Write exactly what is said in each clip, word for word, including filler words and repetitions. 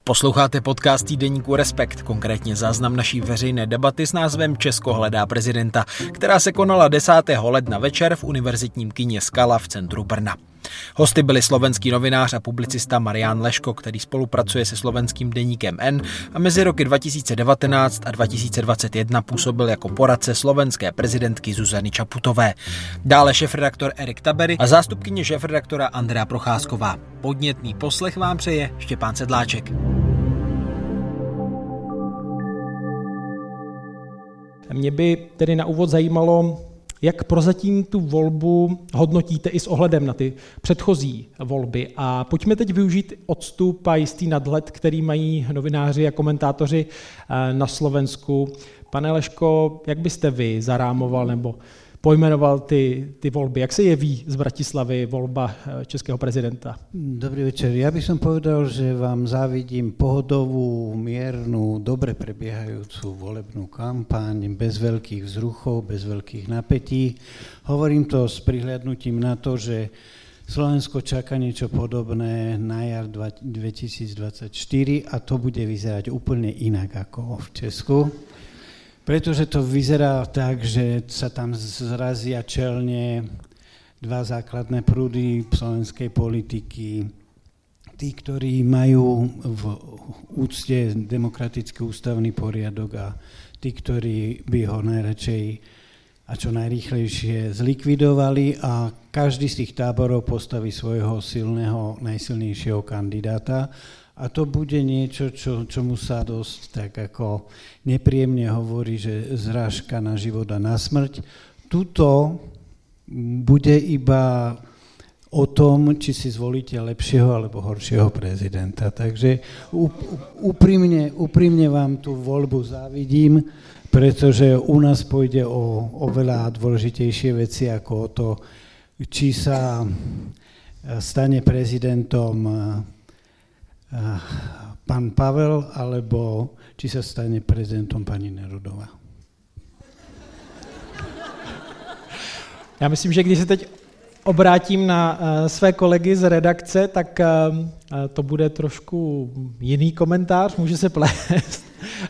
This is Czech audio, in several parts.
Posloucháte podcast týdeníku Respekt, konkrétně záznam naší veřejné debaty s názvem Česko hledá prezidenta, která se konala desátého ledna večer v univerzitním kině Skala v centru Brna. Hosty byli slovenský novinář a publicista Marián Leško, který spolupracuje se slovenským deníkem N a mezi roky dva tisíce devatenáct a dva tisíce dvacet jedna působil jako poradce slovenské prezidentky Zuzany Čaputové. Dále šéfredaktor Erik Tabery a zástupkyně šéfredaktora Andrea Procházková. Podnětný poslech vám přeje Štěpán Sedláček. Mě by tedy na úvod zajímalo, jak prozatím tu volbu hodnotíte i s ohledem na ty předchozí volby. A pojďme teď využít odstup a jistý nadhled, který mají novináři a komentátoři na Slovensku. Pane Leško, jak byste vy zarámoval nebo pojmenoval ty, ty volby? Jak se jeví z Bratislavy volba českého prezidenta? Dobrý večer. Ja by som povedal, že vám závidím pohodovú, miernu, dobre prebiehajúcu volebnú kampaň, bez veľkých vzruchov, bez veľkých napätí. Hovorím to s prihliadnutím na to, že Slovensko čaká niečo podobné na jar dvetisícdvadsaťštyri a to bude vyzerať úplne inak ako v Česku. Pretože to vyzerá tak, že sa tam zrazia čelne dva základné prúdy slovenskej politiky. Tí, ktorí majú v úcte demokratický ústavný poriadok a tí, ktorí by ho najradšej a čo najrýchlejšie zlikvidovali a každý z tých táborov postaví svojho silného, najsilnejšieho kandidáta. A to bude niečo, čo, čomu sa dosť tak ako nepríjemne hovorí, že zrážka na život a na smrť. Tuto bude iba o tom, či si zvolíte lepšieho alebo horšieho prezidenta. Takže úprimne, úprimne vám tú voľbu závidím, pretože u nás pôjde o oveľa dôležitejšie veci ako o to, či sa stane prezidentom pán Pavel, alebo či sa stane prezidentom pani Nerudová. Já myslím, že když se teď obrátím na uh, své kolegy z redakce, tak uh, to bude trošku jiný komentář, může se plést.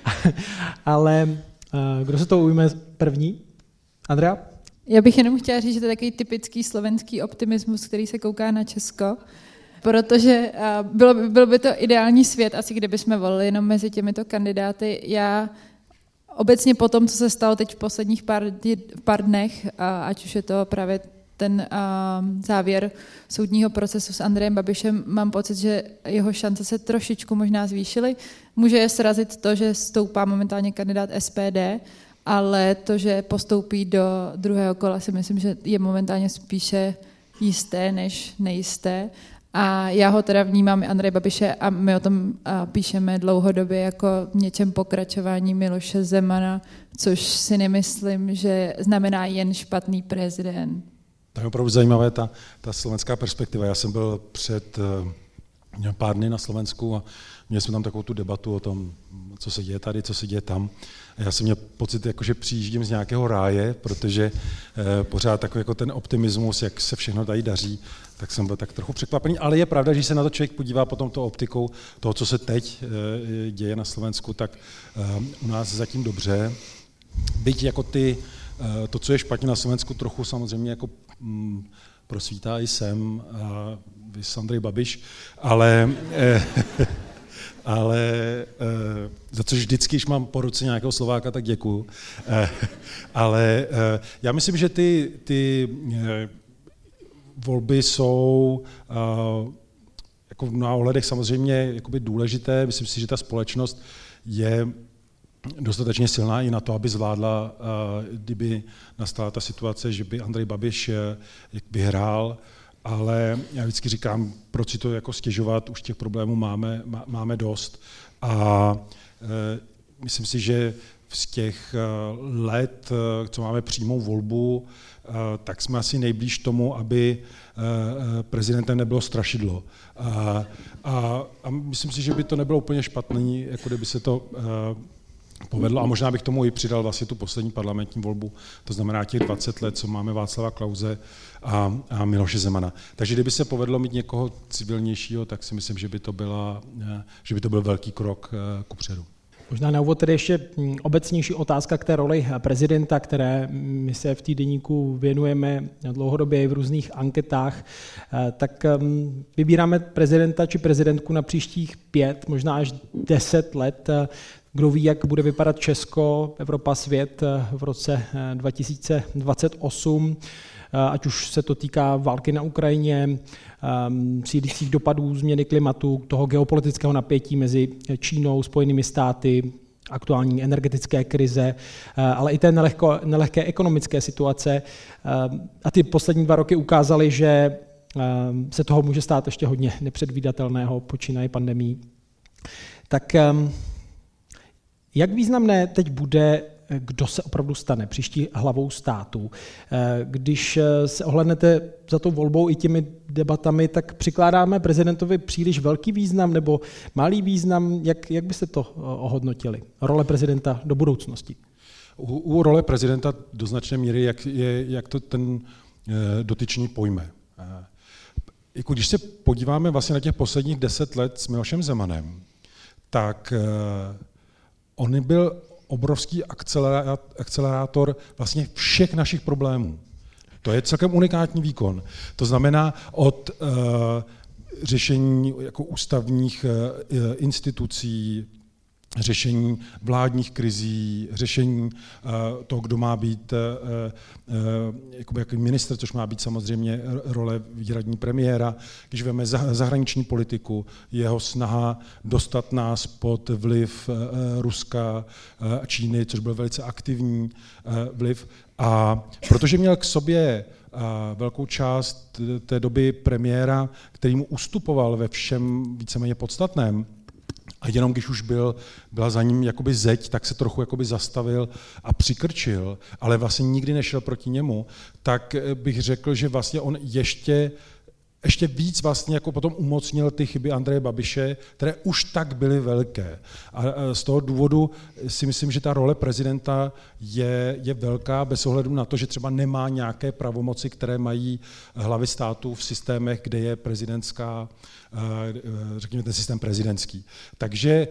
Ale uh, kdo se to ujme první? Andrea? Já bych jenom chtěla říct, že to je takový typický slovenský optimismus, který se kouká na Česko. Protože bylo by, byl by to ideální svět, asi kdyby jsme volili jenom mezi těmito kandidáty. Já obecně po tom, co se stalo teď v posledních pár, pár dnech, ať už je to právě ten závěr soudního procesu s Andrejem Babišem, mám pocit, že jeho šance se trošičku možná zvýšily. Může je srazit to, že stoupá momentálně kandidát S P D, ale to, že postoupí do druhého kola, si myslím, že je momentálně spíše jisté než nejisté. A já ho teda vnímám, Andreje Babiše, a my o tom píšeme dlouhodobě jako něčem pokračování Miloše Zemana, což si nemyslím, že znamená jen špatný prezident. To je opravdu zajímavé, ta, ta slovenská perspektiva. Já jsem byl před uh, pár dny na Slovensku a měli jsme tam takovou tu debatu o tom, co se děje tady, co se děje tam. A já jsem měl pocit, jako, že přijíždím z nějakého ráje, protože uh, pořád takový jako ten optimismus, jak se všechno tady daří, tak jsem byl tak trochu překvapený, ale je pravda, že když se na to člověk podívá potom tou optikou toho, co se teď e, děje na Slovensku, tak e, u nás zatím dobře. Byť jako ty, e, to, co je špatně na Slovensku, trochu samozřejmě jako mm, prosvítá i sem, a vys Andrej Babiš, ale, e, ale e, za což vždycky, když mám po ruce nějakého Slováka, tak děkuju. E, ale e, já myslím, že ty, ty e, volby jsou uh, jako na ohledech samozřejmě jakoby důležité. Myslím si, že ta společnost je dostatečně silná i na to, aby zvládla, uh, kdyby nastala ta situace, že by Andrej Babiš uh, vyhrál, ale já vždycky říkám, proč si to jako stěžovat, už těch problémů máme, má, máme dost. A uh, myslím si, že z těch uh, let, uh, co máme přímou volbu, tak jsme asi nejblíž tomu, aby prezidentem nebylo strašidlo. A, a, a myslím si, že by to nebylo úplně špatný, jako kdyby se to povedlo. A možná bych tomu i přidal vlastně tu poslední parlamentní volbu, to znamená těch dvacet let, co máme Václava Klause a, a Miloše Zemana. Takže kdyby se povedlo mít někoho civilnějšího, tak si myslím, že by to, byla, že by to byl velký krok kupředu. Možná na úvod tedy ještě obecnější otázka k té roli prezidenta, které my se v Týdeníku věnujeme dlouhodobě i v různých anketách. Tak vybíráme prezidenta či prezidentku na příštích pět, možná až deset let. Kdo ví, jak bude vypadat Česko, Evropa, svět v roce dva tisíce dvacet osm, ať už se to týká války na Ukrajině, sílících dopadů změny klimatu, toho geopolitického napětí mezi Čínou, Spojenými státy, aktuální energetické krize, ale i té nelehko, nelehké ekonomické situace. A ty poslední dva roky ukázaly, že se toho může stát ještě hodně nepředvídatelného, počínaje pandemií. Tak jak významné teď bude, kdo se opravdu stane příští hlavou státu? Když se ohlédnete za tou volbou i těmi debatami, tak přikládáme prezidentovi příliš velký význam nebo malý význam? Jak, jak byste to ohodnotili? Role prezidenta do budoucnosti? U, u role prezidenta do značné míry, jak, je, jak to ten dotyčný pojme. Jako když se podíváme vlastně na těch posledních deset let s Milošem Zemanem, tak on byl obrovský akcelerátor vlastně všech našich problémů. To je celkem unikátní výkon. To znamená od uh, řešení jako ústavních uh, institucí, řešení vládních krizí, řešení uh, toho, kdo má být uh, uh, jako, jako ministr, což má být samozřejmě role výhradní premiéra. Když vezmeme zahraniční politiku, jeho snaha dostat nás pod vliv uh, Ruska a uh, Číny, což byl velice aktivní uh, vliv. A protože měl k sobě uh, velkou část té doby premiéra, který mu ustupoval ve všem víceméně podstatném, a jenom když už byl, byla za ním jakoby zeď, tak se trochu jakoby zastavil a přikrčil, ale vlastně nikdy nešel proti němu, tak bych řekl, že vlastně on ještě, ještě víc vlastně jako potom umocnil ty chyby Andreje Babiše, které už tak byly velké. A z toho důvodu si myslím, že ta role prezidenta je, je velká bez ohledu na to, že třeba nemá nějaké pravomoci, které mají hlavy států v systémech, kde je prezidentská, řekněme ten systém prezidentský. Takže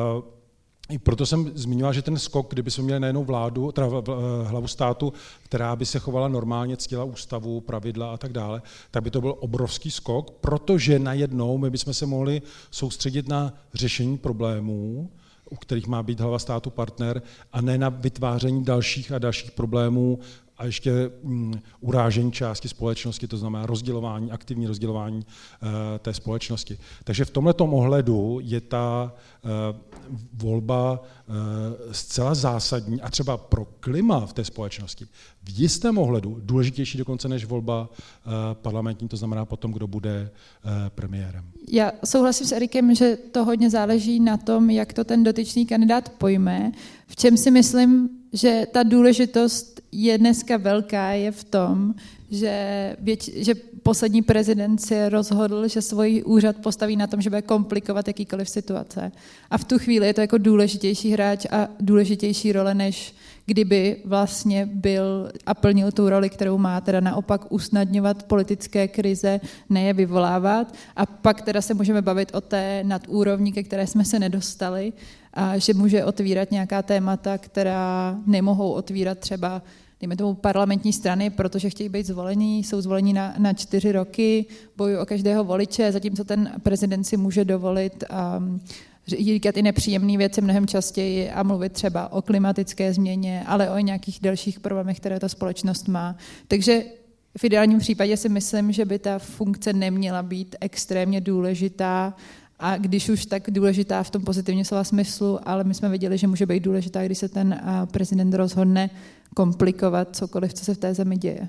i proto jsem zmiňoval, že ten skok, kdyby jsme měli najednou vládu, teda hlavu státu, která by se chovala normálně, ctila ústavu, pravidla a tak dále, tak by to byl obrovský skok, protože najednou my bychom se mohli soustředit na řešení problémů, u kterých má být hlava státu partner, a ne na vytváření dalších a dalších problémů a ještě um, urážení části společnosti, to znamená rozdělování, aktivní rozdělování uh, té společnosti. Takže v tomhletom ohledu je ta uh, volba uh, zcela zásadní a třeba pro klima v té společnosti v jistém ohledu důležitější dokonce než volba uh, parlamentní, to znamená potom, kdo bude uh, premiérem. Já souhlasím s Erikem, že to hodně záleží na tom, jak to ten dotyčný kandidát pojme, v čem si myslím, že ta důležitost je dneska velká, je v tom, že, věč, že poslední prezident si rozhodl, že svůj úřad postaví na tom, že bude komplikovat jakýkoliv situace. A v tu chvíli je to jako důležitější hráč a důležitější role, než kdyby vlastně byl a plnil tu roli, kterou má, teda naopak usnadňovat politické krize, ne je vyvolávat. A pak teda se můžeme bavit o té nadúrovni, ke které jsme se nedostali, a že může otvírat nějaká témata, která nemohou otvírat třeba dejme tomu parlamentní strany, protože chtějí být zvolení, jsou zvolení na, na čtyři roky, bojují o každého voliče, zatímco ten prezident si může dovolit um, říkat i nepříjemné věci mnohem častěji a mluvit třeba o klimatické změně, ale o nějakých dalších problémech, které ta společnost má. Takže v ideálním případě si myslím, že by ta funkce neměla být extrémně důležitá, a když už tak důležitá v tom pozitivně slova smyslu, ale my jsme viděli, že může být důležitá, když se ten prezident rozhodne komplikovat cokoliv, co se v té zemi děje.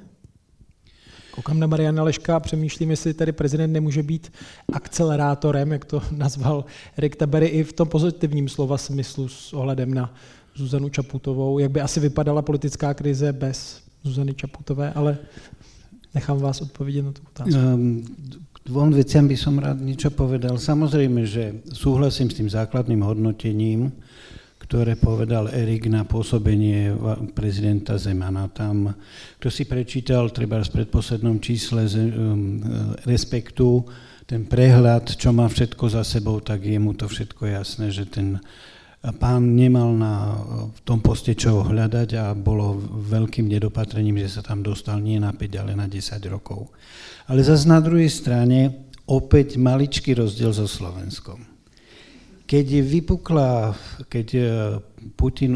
Koukám na Mariana Leška a přemýšlím, jestli tady prezident nemůže být akcelerátorem, jak to nazval Erik Tabery, i v tom pozitivním slova smyslu s ohledem na Zuzanu Čaputovou. Jak by asi vypadala politická krize bez Zuzany Čaputové, ale nechám vás odpovědět na tu otázku. Um, K dvom veciam by som rád niečo povedal. Samozrejme, že súhlasím s tým základným hodnotením, ktoré povedal Erik na pôsobenie prezidenta Zemana. Tam, kto si prečítal treba v predposlednom čísle z, um, Respektu, ten prehľad, čo má všetko za sebou, tak je mu to všetko jasné, že ten pán nemal na v tom poste čo hľadať a bolo veľkým nedopatrením, že sa tam dostal nie na päť, ale na desať rokov. Ale zase na druhej strane opäť maličký rozdiel so Slovenskom. Keď vypukla, keď Putin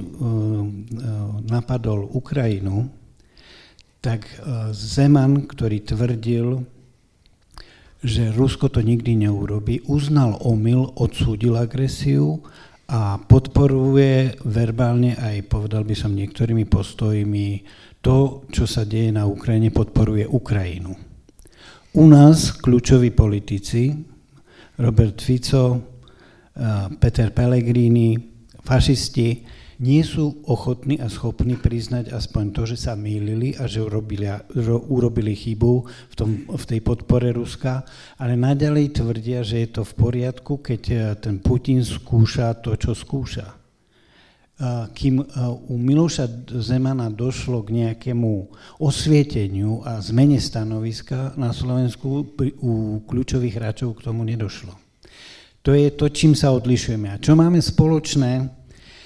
napadol Ukrajinu, tak Zeman, ktorý tvrdil, že Rusko to nikdy neurobí, uznal omyl, odsúdil agresiu a podporuje verbálne aj, povedal by som, niektorými postojmi to, čo sa deje na Ukrajine, podporuje Ukrajinu. U nás kľúčoví politici, Robert Fico, Peter Pellegrini, fašisti, nie sú ochotní a schopní priznať aspoň to, že sa mýlili a že urobili, urobili chybu v, tom, v tej podpore Ruska, ale naďalej tvrdia, že je to v poriadku, keď ten Putin skúša to, čo skúša. Kým u Miloša Zemana došlo k nejakému osvieteniu a zmene stanoviska na Slovensku, u kľúčových hráčov k tomu nedošlo. To je to, čím sa odlišujeme. A čo máme spoločné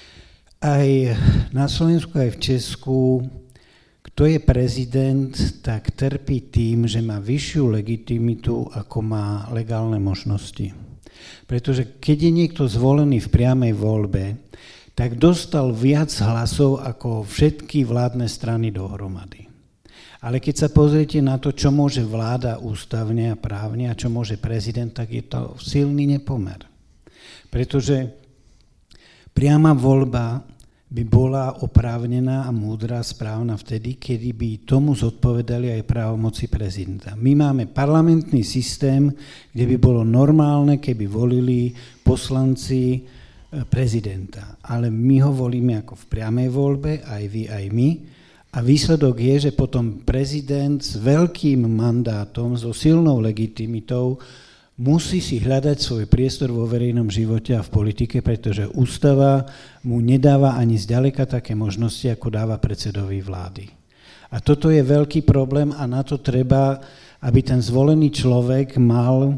aj na Slovensku, aj v Česku, kto je prezident, tak trpí tým, že má vyššiu legitimitu, ako má legálne možnosti. Pretože keď je niekto zvolený v priamej voľbe, tak dostal viac hlasov ako všetky vládne strany dohromady. Ale keď sa pozriete na to, čo môže vláda ústavne a právne a čo môže prezident, tak je to silný nepomer. Pretože priama voľba by bola oprávnená a múdra, správna vtedy, kedy by tomu zodpovedali aj právomoci prezidenta. My máme parlamentný systém, kde by bolo normálne, keby volili poslanci prezidenta. Ale my ho volíme ako v priamej voľbe, aj vy, aj my. A výsledok je, že potom prezident s veľkým mandátom, so silnou legitimitou musí si hľadať svoj priestor vo verejnom živote a v politike, pretože ústava mu nedáva ani zďaleka také možnosti, ako dáva predsedovi vlády. A toto je veľký problém a na to treba, aby ten zvolený človek mal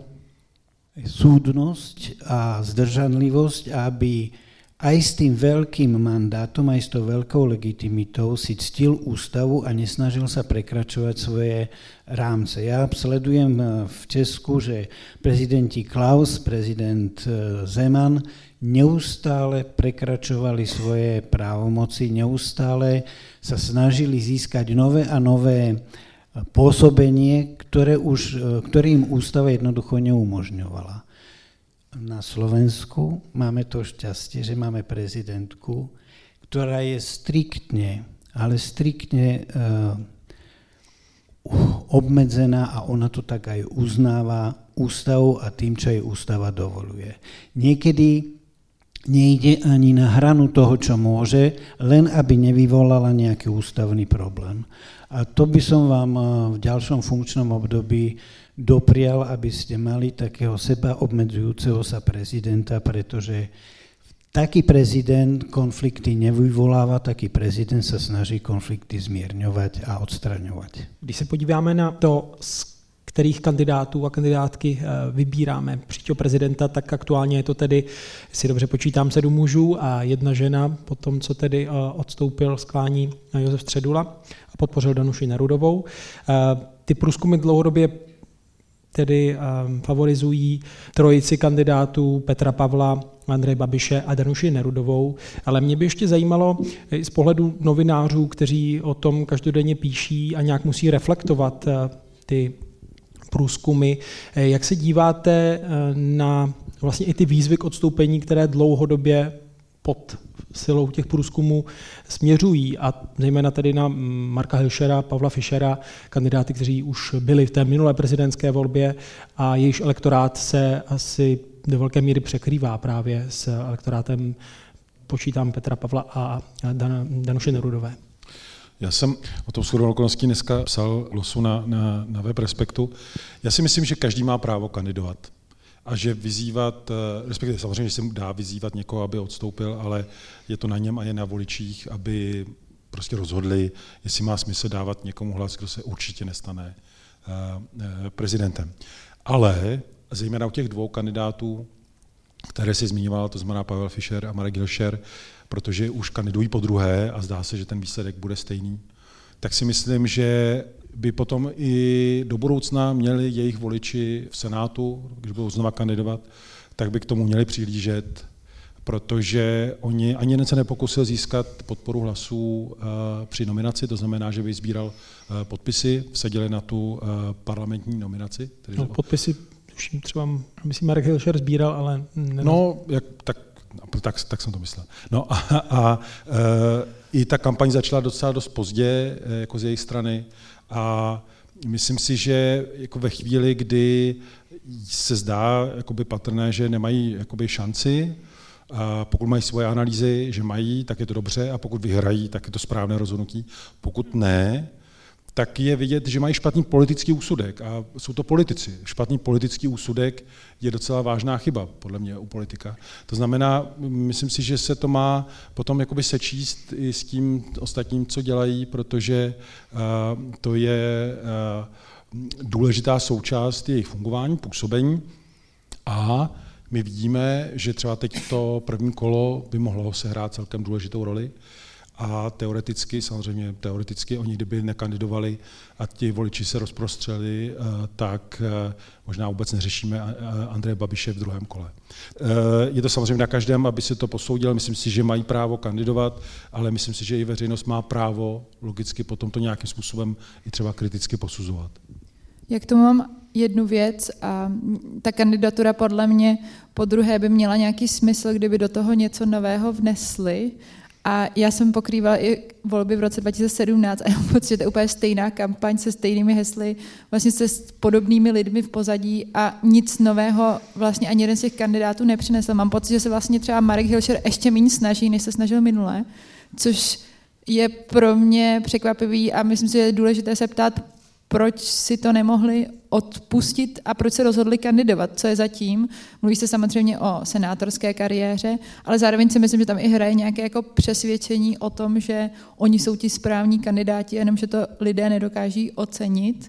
súdnosť a zdržanlivosť, aby aj s tým veľkým mandátom, aj s tou veľkou legitimitou si ctil ústavu a nesnažil sa prekračovať svoje rámce. Ja sledujem v Česku, že prezidenti Klaus, prezident Zeman neustále prekračovali svoje právomoci, neustále sa snažili získať nové a nové pôsobenie, ktoré, už, ktoré im ústava jednoducho neumožňovala. Na Slovensku máme to šťastie, že máme prezidentku, ktorá je striktne, ale striktne uh, obmedzená a ona to tak aj uznáva ústavou a tým, čo jej ústava dovoluje. Niekedy nejde ani na hranu toho, čo môže, len aby nevyvolala nejaký ústavný problém. A to by som vám v ďalšom funkčnom období doprial, aby ste mali takého seba obmedzujúceho sa prezidenta, pretože taký prezident konflikty nevyvoláva, taký prezident sa snaží konflikty zmierňovať a odstraňovať. Když se podíváme na to, z kterých kandidátů a kandidátky vybíráme příštího prezidenta, tak aktuálně je to tedy, si dobře počítám, sedm mužů a jedna žena, po tom, co tedy odstoupil z klání Josef Středula a podpořil Danuši Nerudovou. Ty průzkumy dlouhodobě tedy um, favorizují trojici kandidátů Petra Pavla, Andreje Babiše a Danuši Nerudovou, ale mě by ještě zajímalo z pohledu novinářů, kteří o tom každodenně píší a nějak musí reflektovat uh, ty průzkumy, jak se díváte na vlastně i ty výzvy k odstoupení, které dlouhodobě pod silou těch průzkumů směřují a zejména tedy na Marka Hilšera, Pavla Fischera, kandidáty, kteří už byli v té minulé prezidentské volbě a jejichž elektorát se asi do velké míry překrývá právě s elektorátem, počítám, Petra Pavla a Dan, Danuše Nerudové. Já jsem o tom shodou okolností dneska psal glosu na, na, na web Respektu. Já si myslím, že každý má právo kandidovat. a že vyzývat, respektive samozřejmě, že se dá vyzývat někoho, aby odstoupil, ale je to na něm a je na voličích, aby prostě rozhodli, jestli má smysl dávat někomu hlas, kdo se určitě nestane prezidentem. Ale zejména u těch dvou kandidátů, které si zmiňovala, to znamená Pavel Fischer a Marek Hilšer, protože už kandidují po druhé a zdá se, že ten výsledek bude stejný, tak si myslím, že by potom i do budoucna měli jejich voliči v Senátu, když budou znova kandidovat, tak by k tomu měli přihlížet, protože oni ani jeden se nepokusil získat podporu hlasů při nominaci, to znamená, že by sbíral podpisy, seděli na tu parlamentní nominaci. No, podpisy, tuším, třeba, myslím, Marek Hilšer sbíral, ale... Nevím. No, jak, tak, tak, tak jsem to myslel. No a, a, a i ta kampaň začala docela dost pozdě, jako z jejich strany, a myslím si, že jako ve chvíli, kdy se zdá jakoby patrné, že nemají jakoby šanci, a pokud mají svoje analýzy, že mají, tak je to dobře, a pokud vyhrají, tak je to správné rozhodnutí. Pokud ne, tak je vidět, že mají špatný politický úsudek, a jsou to politici. Špatný politický úsudek je docela vážná chyba, podle mě, u politika. To znamená, myslím si, že se to má potom jakoby sečíst i s tím ostatním, co dělají, protože uh, to je uh, důležitá součást jejich fungování, působení, a my vidíme, že třeba teď to první kolo by mohlo sehrát celkem důležitou roli, a teoreticky, samozřejmě teoreticky, oni kdyby nekandidovali a ti voliči se rozprostřeli, tak možná vůbec neřešíme Andreje Babiše v druhém kole. Je to samozřejmě na každém, aby se to posoudil, myslím si, že mají právo kandidovat, ale myslím si, že i veřejnost má právo logicky potom to nějakým způsobem i třeba kriticky posuzovat. Já k tomu mám jednu věc, a ta kandidatura podle mě po druhé by měla nějaký smysl, kdyby do toho něco nového vnesli. A já jsem pokrývala i volby v roce dva tisíce sedmnáct a já mám pocit, že to je úplně stejná kampaň se stejnými hesly, vlastně se s podobnými lidmi v pozadí, a nic nového vlastně ani jeden z těch kandidátů nepřinesl. Mám pocit, že se vlastně třeba Marek Hilšer ještě méně snaží, než se snažil minule, což je pro mě překvapivý, a myslím si, že je důležité se ptát, proč si to nemohli odpustit a proč se rozhodli kandidovat, co je zatím. Mluví se samozřejmě o senátorské kariéře, ale zároveň si myslím, že tam i hraje nějaké jako přesvědčení o tom, že oni jsou ti správní kandidáti, jenom že to lidé nedokáží ocenit.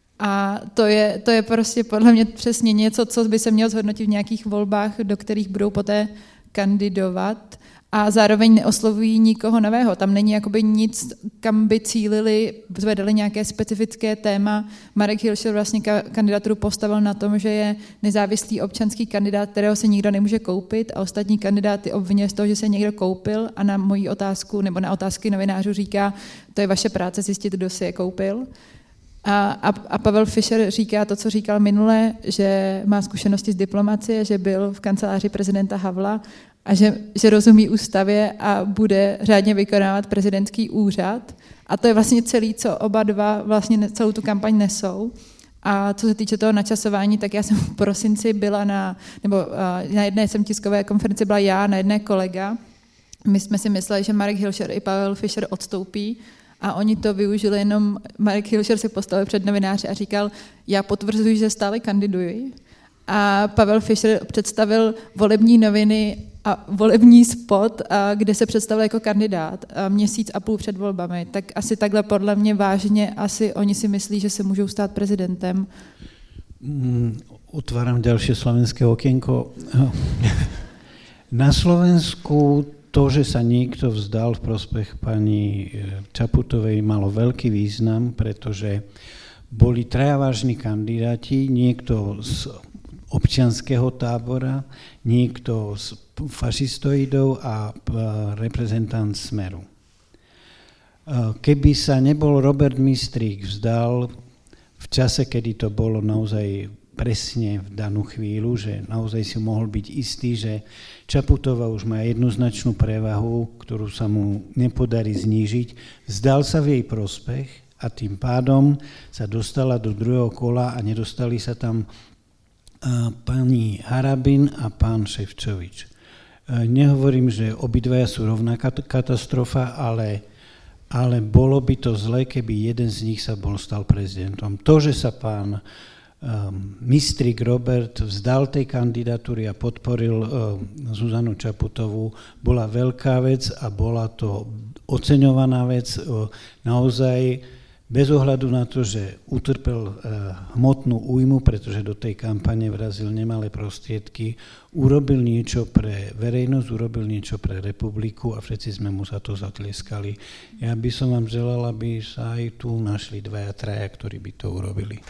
A to je, to je prostě podle mě přesně něco, co by se mělo zhodnotit v nějakých volbách, do kterých budou poté kandidovat. A zároveň neoslovují nikoho nového. Tam není jakoby nic, kam by cílili, zvedali nějaké specifické téma. Marek Hilšer vlastně kandidaturu postavil na tom, že je nezávislý občanský kandidát, kterého se nikdo nemůže koupit, a ostatní kandidáty obvinuje z toho, že se někdo koupil, a na moji otázku nebo na otázky novinářů říká, to je vaše práce zjistit, kdo si je koupil. A, a, a Pavel Fischer říká to, co říkal minule, že má zkušenosti z diplomacie, že byl v kanceláři prezidenta Havla, a že, že rozumí ústavě a bude řádně vykonávat prezidentský úřad. A to je vlastně celý, co oba dva vlastně celou tu kampaň nesou. A co se týče toho načasování, tak já jsem v prosinci byla na, nebo na jedné jsem tiskové konferenci byla já, na jedné kolega. My jsme si mysleli, že Marek Hilšer i Pavel Fischer odstoupí, a oni to využili jenom, Marek Hilšer se postavil před novináře a říkal, já potvrzuji, že stále kandiduji. A Pavel Fischer představil volební noviny a volební spot, a kde se představil jako kandidát a měsíc a půl před volbami. Tak asi takhle podle mě vážně, asi oni si myslí, že se můžou stát prezidentem. Mm, otváram ďalšie slovenské okienko. Na Slovensku to, že sa niekto vzdal v prospech pani Čaputovej, malo veľký význam, pretože boli traja vážni kandidáti, niekto z občianskeho tábora, niekto z fašistoidov a reprezentant Smeru. Keby sa nebol Robert Mistrík vzdal v čase, kedy to bolo naozaj presne v danú chvíľu, že naozaj si mohol byť istý, že Čaputová už má jednoznačnú prevahu, ktorú sa mu nepodarí znížiť, vzdal sa v jej prospech a tým pádom sa dostala do druhého kola a nedostali sa tam pani Harabin a pán Šefčovič. Nehovorím, že obidvaja sú rovná katastrofa, ale, ale bolo by to zlé, keby jeden z nich sa bol stal prezidentom. To, že sa pán mistrik Robert vzdal tej kandidatúry a podporil Zuzanu Čaputovú, bola veľká vec a bola to oceňovaná vec. Naozaj bez ohľadu na to, že utrpel hmotnú újmu, pretože do tej kampane vrazil nemalé prostriedky, urobil niečo pre verejnosť, urobil niečo pre republiku a všetci sme mu za to zatlieskali. Ja by som vám želal, aby sa aj tu našli dvaja, traja, ktorí by to urobili.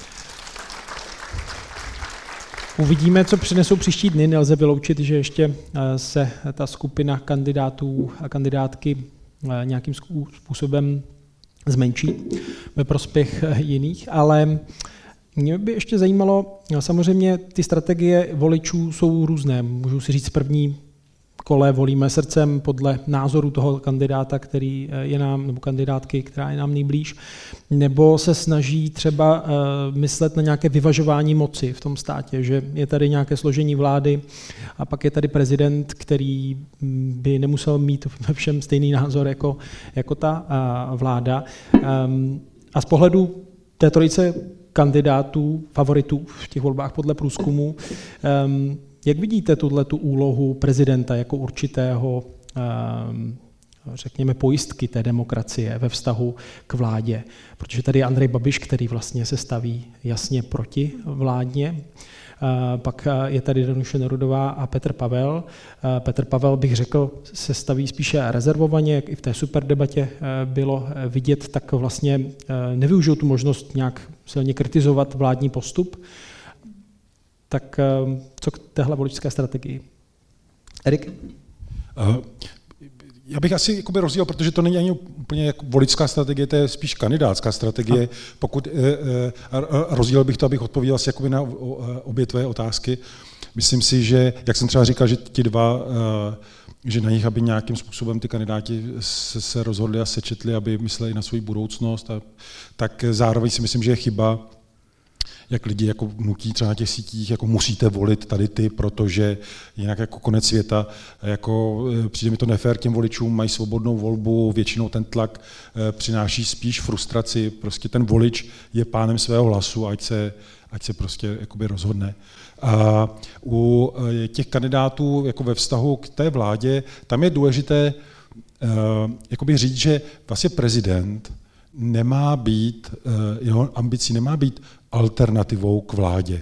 Uvidíme, co přinesou příští dny. Nelze vyloučit, že ještě se ta skupina kandidátů a kandidátky nějakým způsobem zmenší ve prospěch jiných, ale mě by ještě zajímalo, samozřejmě ty strategie voličů jsou různé. Můžu si říct, první kole volíme srdcem podle názoru toho kandidáta, který je nám, nebo kandidátky, která je nám nejblíž, nebo se snaží třeba myslet na nějaké vyvažování moci v tom státě, že je tady nějaké složení vlády a pak je tady prezident, který by nemusel mít ve všem stejný názor jako, jako ta vláda. A z pohledu té trojice kandidátů, favoritů v těch volbách podle průzkumu, jak vidíte tuhletu úlohu prezidenta jako určitého, řekněme, pojistky té demokracie ve vztahu k vládě? Protože tady je Andrej Babiš, který vlastně se staví jasně proti vládně. Pak je tady Danuše Nerudová a Petr Pavel. Petr Pavel, bych řekl, se staví spíše rezervovaně, jak i v té superdebatě bylo vidět, tak vlastně nevyužil tu možnost nějak silně kritizovat vládní postup. Tak co k téhle voličské strategii? Erik? Uh, já bych asi jakoby rozdělil, protože to není ani úplně jako voličská strategie, to je spíš kandidátská strategie. A. Pokud uh, uh, rozdělil bych to, abych odpověděl asi jakoby na obě tvoje otázky. Myslím si, že, jak jsem třeba říkal, že ti dva, uh, že na nich, aby nějakým způsobem ty kandidáti se, se rozhodli a sečetli, aby mysleli na svou budoucnost, a, tak zároveň si myslím, že je chyba, jak lidi jako nutí třeba na těch sítích, jako musíte volit tady ty, protože jinak jako konec světa, jako přijde mi to nefér těm voličům, mají svobodnou volbu, většinou ten tlak přináší spíš frustraci, prostě ten volič je pánem svého hlasu, ať se, ať se prostě jakoby rozhodne. A u těch kandidátů jako ve vztahu k té vládě, tam je důležité jakoby říct, že vlastně prezident nemá být, jeho ambicí nemá být alternativou k vládě.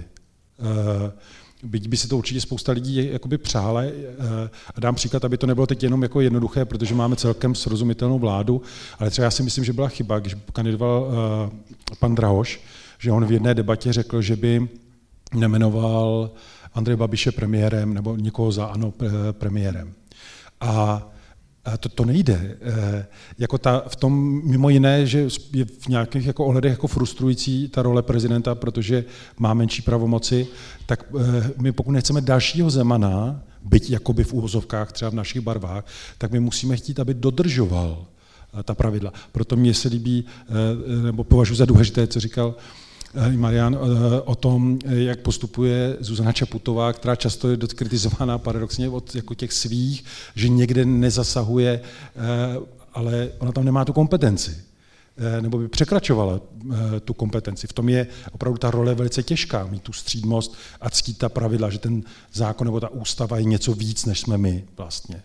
Byť by si to určitě spousta lidí jakoby přála. A dám příklad, aby to nebylo teď jenom jako jednoduché, protože máme celkem srozumitelnou vládu, ale třeba já si myslím, že byla chyba, když kandidoval pan Drahoš, že on v jedné debatě řekl, že by nemenoval Andreje Babiše premiérem nebo někoho za ANO premiérem. A To, to nejde. E, jako ta, v tom mimo jiné, že je v nějakých jako ohledech jako frustrující ta role prezidenta, protože má menší pravomoci, tak e, my pokud nechceme dalšího Zemana, byť jakoby v úvozovkách třeba v našich barvách, tak my musíme chtít, aby dodržoval e, ta pravidla. Proto mně se líbí, e, nebo považuji za důležité, co říkal Marian, o tom, jak postupuje Zuzana Čaputová, která často je kritizována paradoxně od jako těch svých, že někde nezasahuje, ale ona tam nemá tu kompetenci, nebo by překračovala tu kompetenci. V tom je opravdu ta role velice těžká, mít tu střídmost a ctít ta pravidla, že ten zákon nebo ta ústava je něco víc, než jsme my vlastně.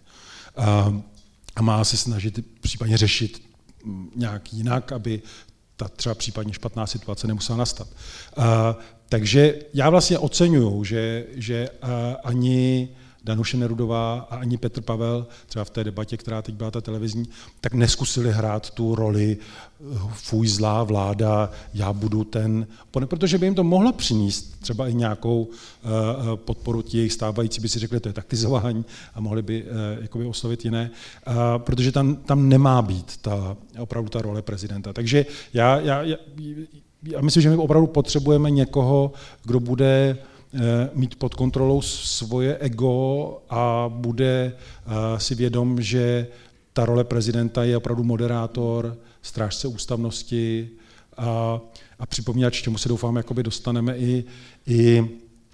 A má se snažit případně řešit nějak jinak, aby ta třeba případně špatná situace nemusela nastat. Uh, takže já vlastně oceňuju, že, že uh, ani Danuše Nerudová a ani Petr Pavel, třeba v té debatě, která teď byla ta televizní, tak neskusili hrát tu roli fuj zlá vláda, já budu ten, protože by jim to mohlo přinést třeba i nějakou uh, podporu těch stávající, by si řekli, to je taktizování a mohli by uh, jakoby oslovit jiné, uh, protože tam, tam nemá být ta, opravdu ta role prezidenta. Takže já, já, já, já myslím, že my opravdu potřebujeme někoho, kdo bude mít pod kontrolou svoje ego a bude si vědom, že ta role prezidenta je opravdu moderátor, strážce ústavnosti a, a připomínat, čemu se doufám, jakoby dostaneme i, i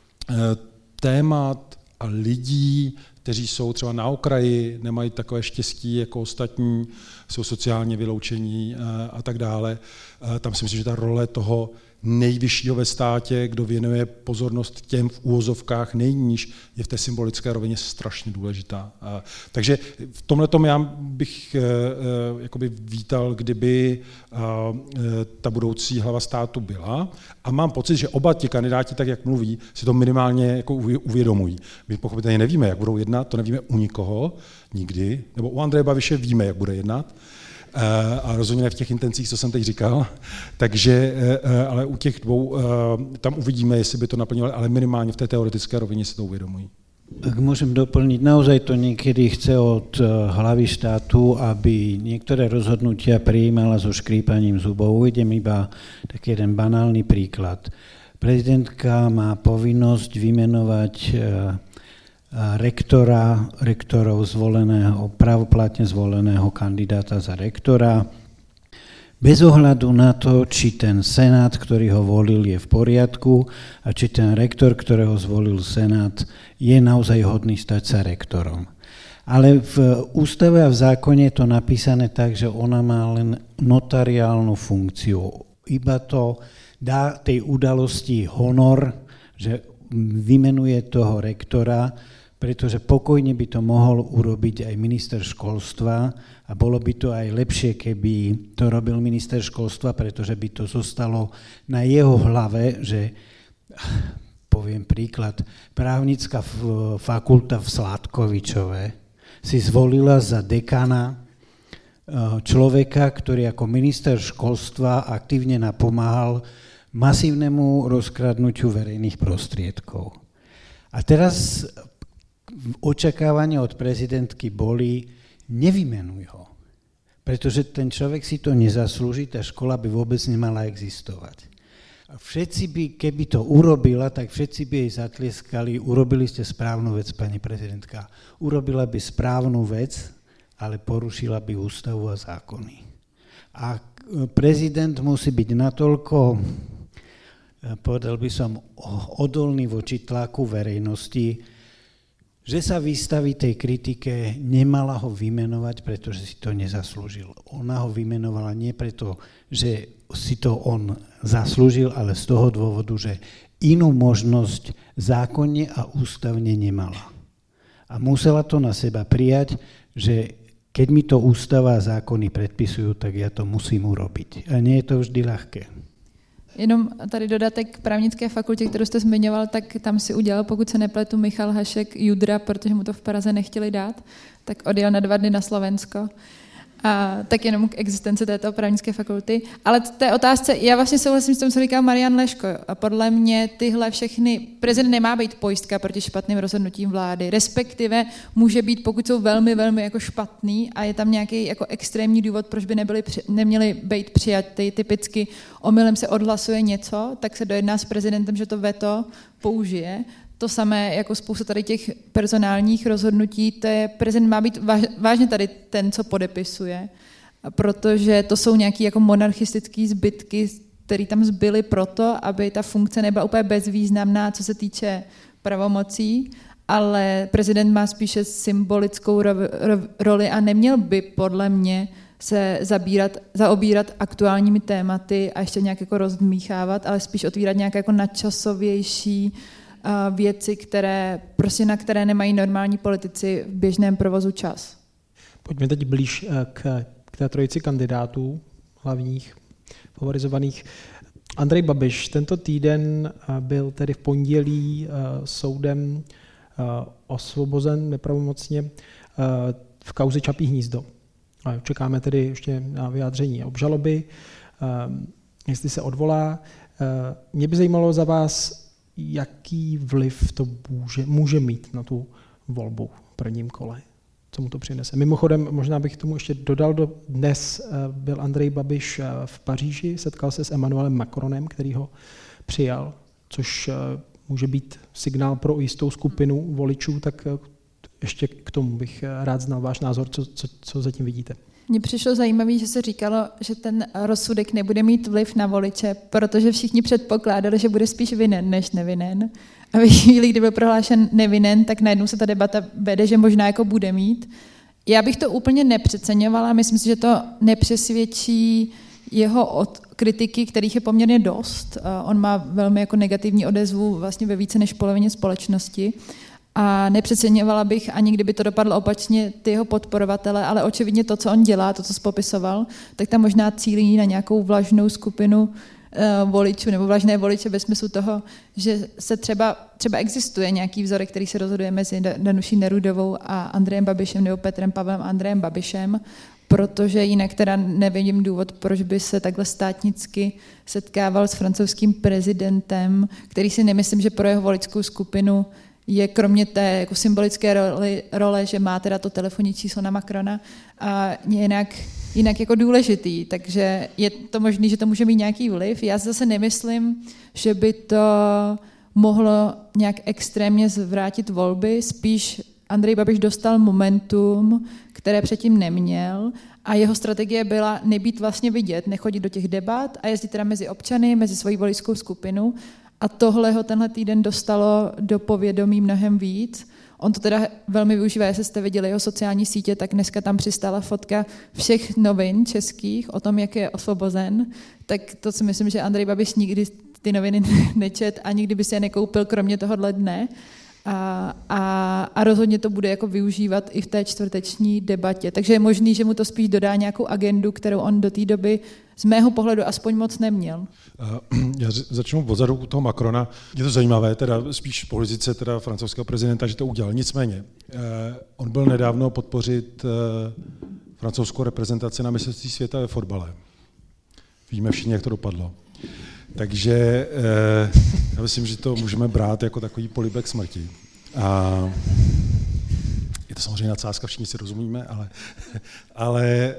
témat a lidí, kteří jsou třeba na okraji, nemají takové štěstí jako ostatní, jsou sociálně vyloučení a, a tak dále. Tam si myslím, že ta role toho nejvyššího ve státě, kdo věnuje pozornost těm v úvozovkách nejníž, je v té symbolické rovině strašně důležitá. Takže v tomhletom já bych jakoby vítal, kdyby ta budoucí hlava státu byla, a mám pocit, že oba ti kandidáti, tak jak mluví, si to minimálně jako uvědomují. My pochopitelně nevíme, jak budou jednat, to nevíme u nikoho, nikdy, nebo u Andreje Babiše víme, jak bude jednat, a rozhodně ne v těch intencích, co jsem teď říkal, takže, ale u těch dvou tam uvidíme, jestli by to naplňovali, ale minimálně v té teoretické rovině si to uvědomují. Ak môžem doplniť, naozaj to niekedy chce od hlavy štátu, aby niektoré rozhodnutia prijímala so škrípaním zubov. Uvedem iba taký jeden banálny príklad. Prezidentka má povinnosť vymenovať rektora, rektorov zvoleného, pravoplatne zvoleného kandidáta za rektora, bez ohľadu na to, či ten senát, ktorý ho volil, je v poriadku a či ten rektor, ktorého zvolil senát, je naozaj hodný stať sa rektorom. Ale v ústave a v zákone je to napísané tak, že ona má len notariálnu funkciu. Iba to dá tej udalosti honor, že vymenuje toho rektora, pretože pokojne by to mohol urobiť aj minister školstva a bolo by to aj lepšie, keby to robil minister školstva, pretože by to zostalo na jeho hlave, že, poviem príklad, právnická fakulta v Sládkovičove si zvolila za dekana človeka, ktorý ako minister školstva aktívne napomáhal masívnemu rozkradnutiu verejných prostriedkov. A teraz očakávania od prezidentky boli, nevymenuj ho, pretože ten človek si to nezaslúži, tá škola by vôbec nemala existovať. A všetci by, keby to urobila, tak všetci by jej zatlieskali, urobili ste správnu vec, pani prezidentka. Urobila by správnu vec, ale porušila by ústavu a zákony. A prezident musí byť natoľko, povedal by som, odolný voči tlaku verejnosti, že sa vystaví tej kritike, nemala ho vymenovať, pretože si to nezaslúžil. Ona ho vymenovala nie preto, že si to on zaslúžil, ale z toho dôvodu, že inú možnosť zákonne a ústavne nemala. A musela to na seba prijať, že keď mi to ústava a zákony predpisujú, tak ja to musím urobiť. A nie je to vždy ľahké. Jenom tady dodatek k právnické fakultě, kterou jste zmiňoval, tak tam si udělal, pokud se nepletu, Michal Hašek judra, protože mu to v Praze nechtěli dát, tak odjel na dva dny na Slovensko. A tak jenom k existenci této právnické fakulty. Ale v té otázce, já vlastně souhlasím s tím, co říkal Marian Leško. A podle mě tyhle všechny, prezident nemá být pojistka proti špatným rozhodnutím vlády, respektive může být, pokud jsou velmi, velmi jako špatný a je tam nějaký jako extrémní důvod, proč by nebyly, neměly být přijaty. Typicky omylem se odhlasuje něco, tak se dojedná s prezidentem, že to veto použije. To samé jako spousta tady těch personálních rozhodnutí, to je, prezident má být váž, vážně tady ten, co podepisuje, protože to jsou nějaké jako monarchistické zbytky, které tam zbyly proto, aby ta funkce nebyla úplně bezvýznamná, co se týče pravomocí, ale prezident má spíše symbolickou ro, ro, roli a neměl by podle mě se zabírat, zaobírat aktuálními tématy a ještě nějak jako rozdmíchávat, ale spíš otvírat nějaké jako nadčasovější věci, které, prostě na které nemají normální politici v běžném provozu čas. Pojďme teď blíž k, k té trojici kandidátů hlavních, favorizovaných. Andrej Babiš tento týden byl tedy v pondělí soudem osvobozen nepravomocně v kauze Čapí hnízdo. Čekáme tedy ještě na vyjádření obžaloby, jestli se odvolá. Mě by zajímalo za vás, jaký vliv to může, může mít na tu volbu v prvním kole. Co mu to přinese. Mimochodem, možná bych tomu ještě dodal, do, dnes byl Andrej Babiš v Paříži, setkal se s Emmanuelem Macronem, který ho přijal, což může být signál pro jistou skupinu voličů, tak ještě k tomu bych rád znal váš názor, co, co, co zatím vidíte. Mně přišlo zajímavé, že se říkalo, že ten rozsudek nebude mít vliv na voliče, protože všichni předpokládali, že bude spíš vinen než nevinen. A ve chvíli, kdy byl prohlášen nevinen, tak najednou se ta debata vede, že možná jako bude mít. Já bych to úplně nepřeceňovala, myslím si, že to nepřesvědčí jeho od, kritiky, kterých je poměrně dost. On má velmi jako negativní odezvu vlastně ve více než polovině společnosti. A nepřeceňovala bych, ani kdyby to dopadlo opačně, ty jeho podporovatele, ale očividně to, co on dělá, to, co jsi popisoval, tak tam možná cílí na nějakou vlažnou skupinu uh, voličů nebo vlažné voliče ve smyslu toho, že se třeba, třeba existuje nějaký vzorek, který se rozhoduje mezi Danuší Nerudovou a Andrejem Babišem nebo Petrem Pavlem a Andrejem Babišem, protože jinak teda nevidím důvod, proč by se takhle státnicky setkával s francouzským prezidentem, který si nemyslím, že pro jeho voličskou skupinu je kromě té jako symbolické roli, role, že má teda to telefonní číslo na Macrona, a jinak, jinak jako důležitý. Takže je to možné, že to může mít nějaký vliv. Já zase nemyslím, že by to mohlo nějak extrémně zvrátit volby. Spíš Andrej Babiš dostal momentum, které předtím neměl, a jeho strategie byla nebýt vlastně vidět, nechodit do těch debat a jezdit teda mezi občany, mezi svojí voličskou skupinu. A tohle ho tenhle týden dostalo do povědomí mnohem víc. On to teda velmi využívá, jestli jste viděli jeho sociální sítě, tak dneska tam přistála fotka všech novin českých o tom, jak je osvobozen. Tak to si myslím, že Andrej Babiš nikdy ty noviny nečet a nikdy by si je nekoupil, kromě tohohle dne. A, a, a rozhodně to bude jako využívat i v té čtvrteční debatě. Takže je možný, že mu to spíš dodá nějakou agendu, kterou on do té doby z mého pohledu aspoň moc neměl. Já začnu odzadu u toho Macrona. Je to zajímavé, teda spíš z pozice teda francouzského prezidenta, že to udělal. Nicméně, on byl nedávno podpořit francouzskou reprezentaci na mistrovství světa ve fotbale. Víme všichni, jak to dopadlo. Takže já myslím, že to můžeme brát jako takový polibek smrti. A je to samozřejmě nadsázka, všichni si rozumíme, ale, ale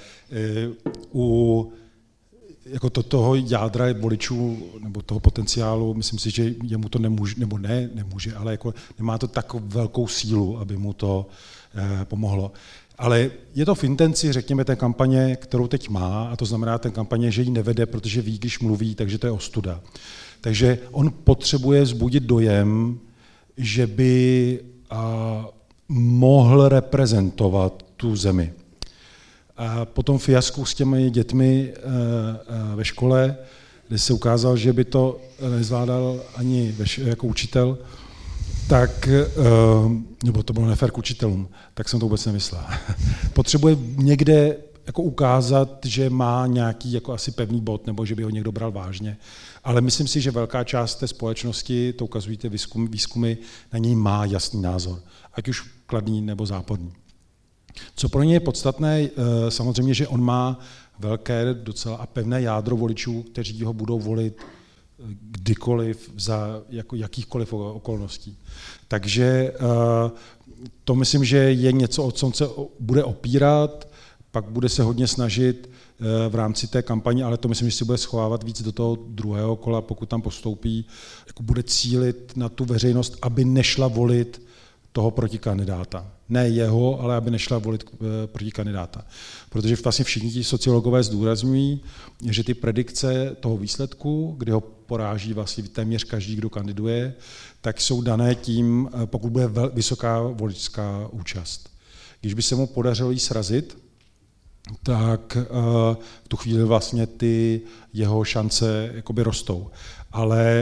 u jako to, toho jádra voličů nebo toho potenciálu, myslím si, že jemu to nemůže, nebo ne, nemůže, ale jako nemá to tak velkou sílu, aby mu to pomohlo. Ale je to v intenci, řekněme, té kampaně, kterou teď má, a to znamená ten kampaně, že ji nevede, protože ví, když mluví, takže to je ostuda. Takže on potřebuje vzbudit dojem, že by a, mohl reprezentovat tu zemi. A potom fiasku s těmi dětmi a, a, ve škole, kde se ukázal, že by to nezvládal ani veš, jako učitel, tak, nebo to bylo nefér k učitelům, tak jsem to vůbec nemyslel. Potřebuje někde jako ukázat, že má nějaký jako asi pevný bod, nebo že by ho někdo bral vážně. Ale myslím si, že velká část té společnosti, to ukazují ty výzkumy, výzkumy, na něj má jasný názor, ať už kladný nebo záporný. Co pro ně je podstatné, samozřejmě, že on má velké docela a pevné jádro voličů, kteří ho budou volit kdykoliv, za jako jakýchkoliv okolností. Takže to myslím, že je něco, o čem se bude opírat, pak bude se hodně snažit v rámci té kampaně, ale to myslím, že si bude schovávat víc do toho druhého kola, pokud tam postoupí, jako bude cílit na tu veřejnost, aby nešla volit toho protikandidáta. Ne jeho, ale aby nešla volit protikandidáta. Protože vlastně všichni ti sociologové zdůrazňují, že ty predikce toho výsledku, kdy ho poráží vlastně téměř každý, kdo kandiduje, tak jsou dané tím, pokud bude vysoká voličská účast. Když by se mu podařilo jí srazit, tak v tu chvíli vlastně ty jeho šance jakoby rostou. Ale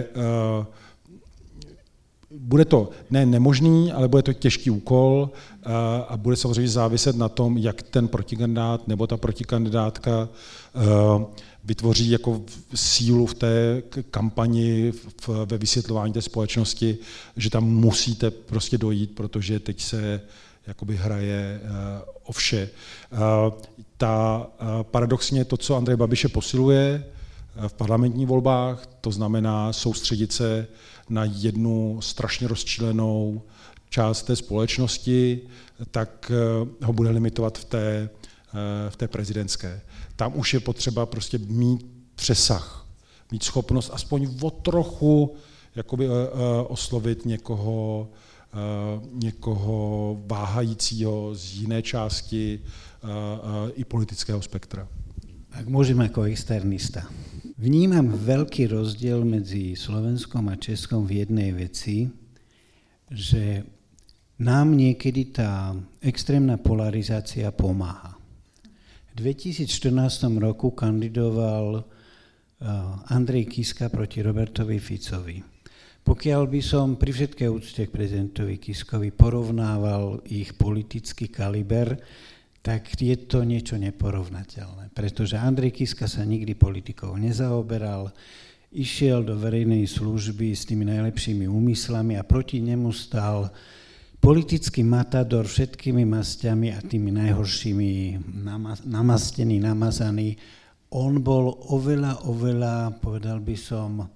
bude to ne nemožný, ale bude to těžký úkol a bude samozřejmě záviset na tom, jak ten protikandidát nebo ta protikandidátka vytvoří jako sílu v té kampani, ve vysvětlování té společnosti, že tam musíte prostě dojít, protože teď se jakoby hraje o vše. Ta paradoxně to, co Andrej Babiše posiluje v parlamentních volbách, to znamená soustředit se na jednu strašně rozčílenou část té společnosti, tak ho bude limitovat v té, v té prezidentské. Tam už je potřeba prostě mít přesah, mít schopnost aspoň o trochu jakoby oslovit někoho, někoho váhajícího z jiné části i politického spektra. Ak môžem ako externista. Vnímam veľký rozdiel medzi Slovenskom a Českom v jednej veci, že nám niekedy tá extrémna polarizácia pomáha. V dvetisícštrnástom roku kandidoval Andrej Kiska proti Robertovi Ficovi. Pokiaľ by som pri všetkej úcte k prezidentovi Kiskovi porovnával ich politický kaliber, tak je to niečo neporovnateľné, pretože Andrej Kiska sa nikdy politikou nezaoberal, išiel do verejnej služby s tými najlepšími úmyslami a proti nemu stál politický matador všetkými masťami a tými najhoršími namastený, namazaný. On bol oveľa, oveľa, povedal by som,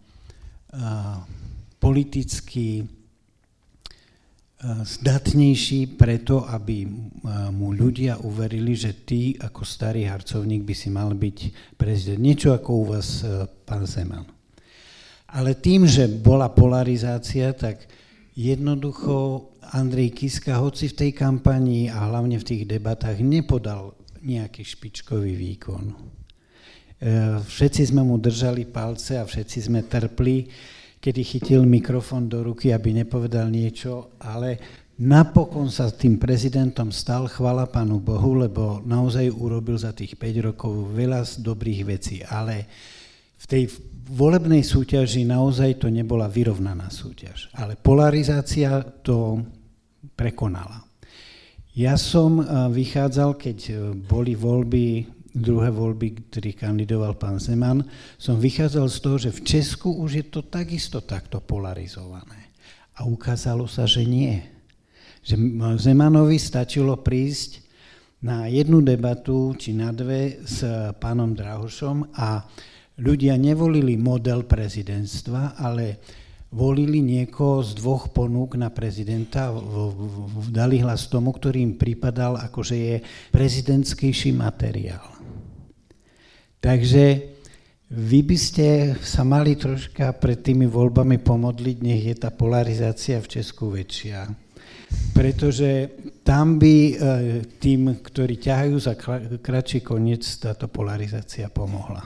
politicky zdatnejší preto, aby mu ľudia uverili, že ty ako starý harcovník by si mal byť prezident. Niečo ako u vás pán Zeman. Ale tým, že bola polarizácia, tak jednoducho Andrej Kiska, hoci v tej kampanii a hlavne v tých debatách nepodal nejaký špičkový výkon. Všetci sme mu držali palce a všetci sme trpli, kedy chytil mikrofón do ruky, aby nepovedal niečo, ale napokon sa tým prezidentom stal, chvala Pánu Bohu, lebo naozaj urobil za tých päť rokov veľa dobrých vecí, ale v tej volebnej súťaži naozaj to nebola vyrovnaná súťaž, ale polarizácia to prekonala. Ja som vychádzal, keď boli voľby, druhé voľby, ktorý kandidoval pán Zeman, som vychádzal z toho, že v Česku už je to takisto takto polarizované. A ukázalo sa, že nie. Že Zemanovi stačilo prísť na jednu debatu, či na dve s pánom Drahošom a ľudia nevolili model prezidentstva, ale volili niekoho z dvoch ponúk na prezidenta, dali hlas tomu, ktorý im pripadal, akože je prezidentskejší materiál. Takže vy by ste sa mali troška pred tými voľbami pomodliť, nech je tá polarizácia v Česku väčšia. Pretože tam by tým, ktorí ťahajú za kratší koniec, táto polarizácia pomohla.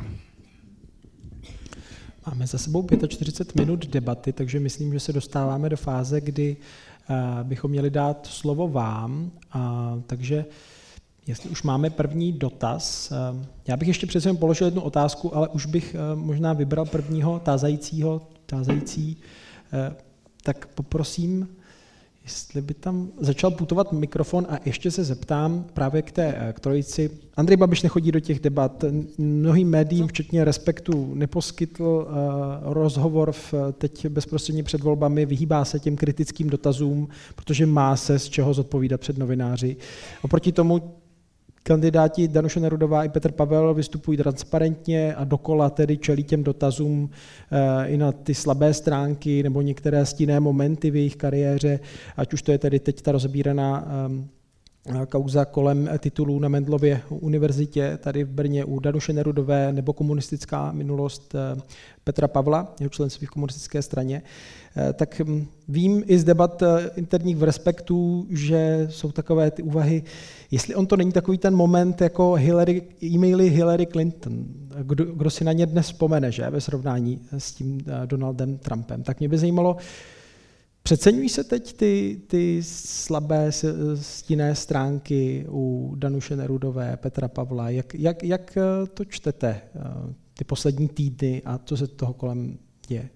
Máme za sebou čtyřicet pět minut debaty, takže myslím, že se dostáváme do fáze, kdy bychom měli dát slovo vám. A, takže jestli už máme první dotaz, já bych ještě přece položil jednu otázku, ale už bych možná vybral prvního tázajícího, tázající, tak poprosím, jestli by tam začal putovat mikrofon a ještě se zeptám právě k té k trojici. Andrej Babiš nechodí do těch debat. Mnohým médiím, včetně Respektu, neposkytl uh, rozhovor v, teď bezprostředně před volbami, vyhýbá se těm kritickým dotazům, protože má se z čeho zodpovídat před novináři. Oproti tomu kandidáti Danuše Nerudová i Petr Pavel vystupují transparentně a dokola tedy čelí těm dotazům e, i na ty slabé stránky nebo některé stinné momenty v jejich kariéře, ať už to je tedy teď ta rozebíraná e, kauza kolem titulů na Mendelově univerzitě tady v Brně u Danuše Nerudové nebo komunistická minulost e, Petra Pavla, jeho členství v komunistické straně. E, tak vím i z debat interních v Respektu, že jsou takové ty úvahy, jestli on to není takový ten moment jako Hillary, e-maily Hillary Clinton, kdo, kdo si na ně dnes vzpomene, že, ve srovnání s tím Donaldem Trumpem. Tak mě by zajímalo, přeceňují se teď ty, ty slabé stinné stránky u Danuše Nerudové, Petra Pavla, jak, jak, jak to čtete, ty poslední týdny a co se toho kolem děje?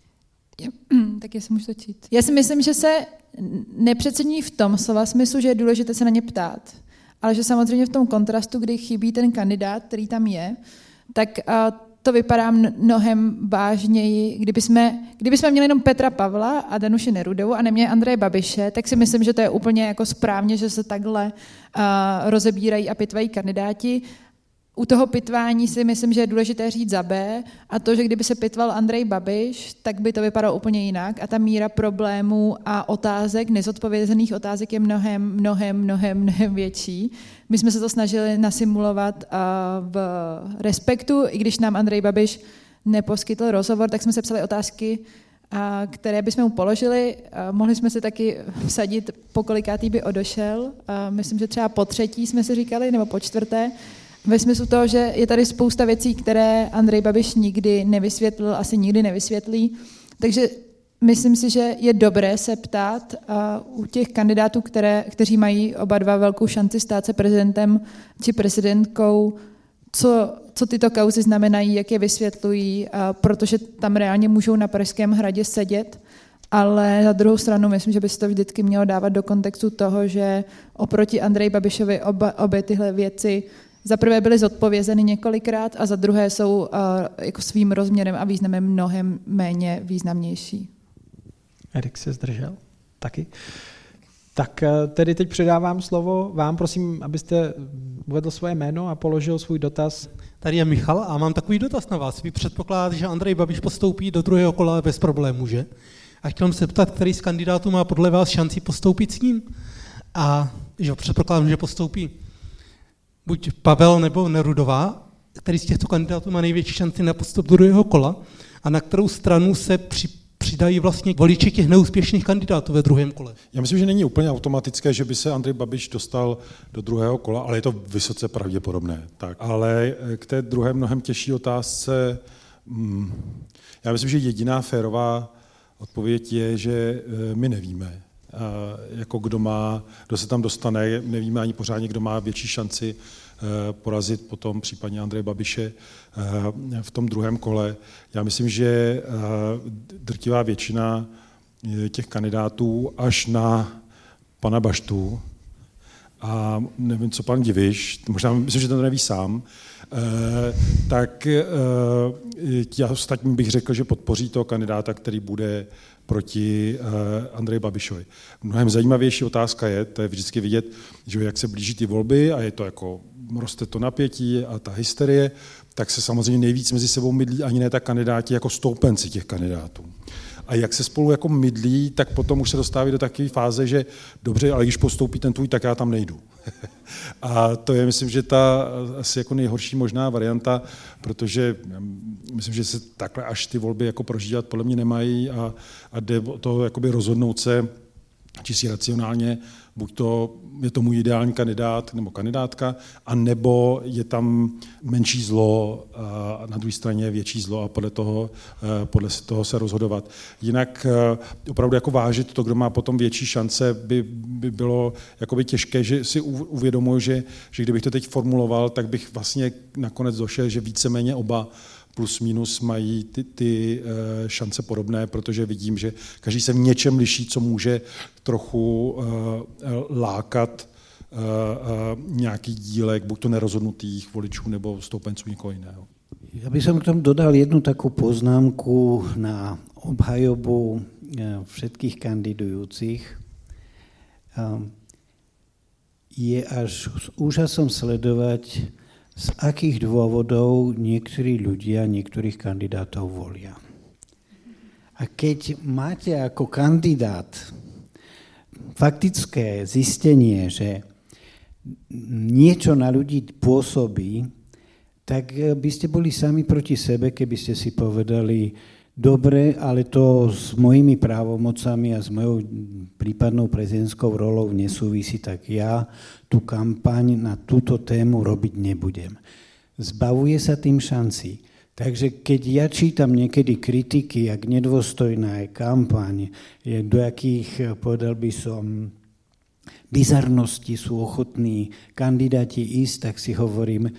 Tak jestli můžu začít. Já si myslím, že se nepřeceňují v tom slova smyslu, že je důležité se na ně ptát, ale že samozřejmě v tom kontrastu, kdy chybí ten kandidát, který tam je, tak to vypadá mnohem vážněji. Kdyby jsme, kdyby jsme měli jenom Petra Pavla a Danuši Nerudovou a neměli Andreje Babiše, tak si myslím, že to je úplně jako správně, že se takhle rozebírají a pitvají kandidáti. U toho pitvání si myslím, že je důležité říct za B a to, že kdyby se pitval Andrej Babiš, tak by to vypadalo úplně jinak a ta míra problémů a otázek, nezodpovězených otázek je mnohem, mnohem, mnohem, mnohem větší. My jsme se to snažili nasimulovat v Respektu, i když nám Andrej Babiš neposkytl rozhovor, tak jsme se psali otázky, které bychom mu položili. Mohli jsme si taky vsadit, po kolikátý by odešel. Myslím, že třeba po třetí jsme si říkali, nebo po čtvrté. Ve smyslu toho, že je tady spousta věcí, které Andrej Babiš nikdy nevysvětlil, asi nikdy nevysvětlí. Takže myslím si, že je dobré se ptát uh, u těch kandidátů, které, kteří mají oba dva velkou šanci stát se prezidentem či prezidentkou, co, co tyto kauzy znamenají, jak je vysvětlují, protože tam reálně můžou na Pražském hradě sedět, ale na druhou stranu myslím, že by se to vždycky mělo dávat do kontextu toho, že oproti Andreji Babišovi oba, obě tyhle věci za prvé byly zodpovězeny několikrát a za druhé jsou uh, jako svým rozměrem a významem mnohem méně významnější. Erik se zdržel taky. Tak tedy teď předávám slovo vám, prosím, abyste uvedl svoje jméno a položil svůj dotaz. Tady je Michal a mám takový dotaz na vás. Vy předpokládáte, že Andrej Babiš postoupí do druhého kola bez problémů, že? A chtěl jsem se ptat, který z kandidátů má podle vás šanci postoupit s ním? A že předpokládám, že postoupí buď Pavel nebo Nerudová, který z těchto kandidátů má největší šanci na postup do druhého kola a na kterou stranu se při, přidají vlastně voliči těch neúspěšných kandidátů ve druhém kole. Já myslím, že není úplně automatické, že by se Andrej Babiš dostal do druhého kola, ale je to vysoce pravděpodobné. Tak. Ale k té druhé mnohem těžší otázce, hmm, já myslím, že jediná férová odpověď je, že my nevíme, jako kdo má, kdo se tam dostane, nevíme ani pořádně, kdo má větší šanci porazit potom případně Andreje Babiše v tom druhém kole. Já myslím, že drtivá většina těch kandidátů až na pana Baštu a nevím, co pan Diviš, možná myslím, že to neví sám, tak já ostatním bych řekl, že podpoří toho kandidáta, který bude proti Andreji Babišovi. Mnohem zajímavější otázka je, to je vždycky vidět, že jak se blíží ty volby a je to jako, roste to napětí a ta hysterie, tak se samozřejmě nejvíc mezi sebou mydlí ani ne tak kandidáti jako stoupenci těch kandidátů. A jak se spolu jako mydlí, tak potom už se dostávají do takové fáze, že dobře, ale když postoupí ten tvůj, tak já tam nejdu. A to je, myslím, že ta asi jako nejhorší možná varianta, protože myslím, že se takhle až ty volby jako prožívat podle mě nemají a, a jde o to jakoby rozhodnout se čistě racionálně, buď to je to můj ideální kandidát nebo kandidátka, a nebo je tam menší zlo a na druhé straně větší zlo a podle toho, podle toho se rozhodovat. Jinak opravdu jako vážit to, kdo má potom větší šance, by, by bylo jakoby těžké, že si uvědomuji, že, že kdybych to teď formuloval, tak bych vlastně nakonec došel, že víceméně oba plus minus mají ty, ty šance podobné, protože vidím, že každý se v něčem liší, co může trochu lákat nějaký dílek, buď to nerozhodnutých voličů nebo stoupenců někoho jiného. Ja by som k tomu dodal jednu takú poznámku na obhajobu všetkých kandidujúcich. Je až s úžasom sledovať, z akých dôvodov niektorí ľudia niektorých kandidátov volia. A keď máte ako kandidát faktické zistenie, že niečo na ľudí pôsobí, tak by ste boli sami proti sebe, keby ste si povedali, dobre, ale to s mojimi právomocami a s mojou prípadnou prezidentskou rolou nesúvisí, tak ja tú kampaň na túto tému robiť nebudem. Zbavuje sa tým šanci. Takže keď ja čítam niekedy kritiky, jak nedôstojná je kampaň, do jakých, povedal by som, bizarnosti sú ochotní kandidáti ísť, tak si hovorím,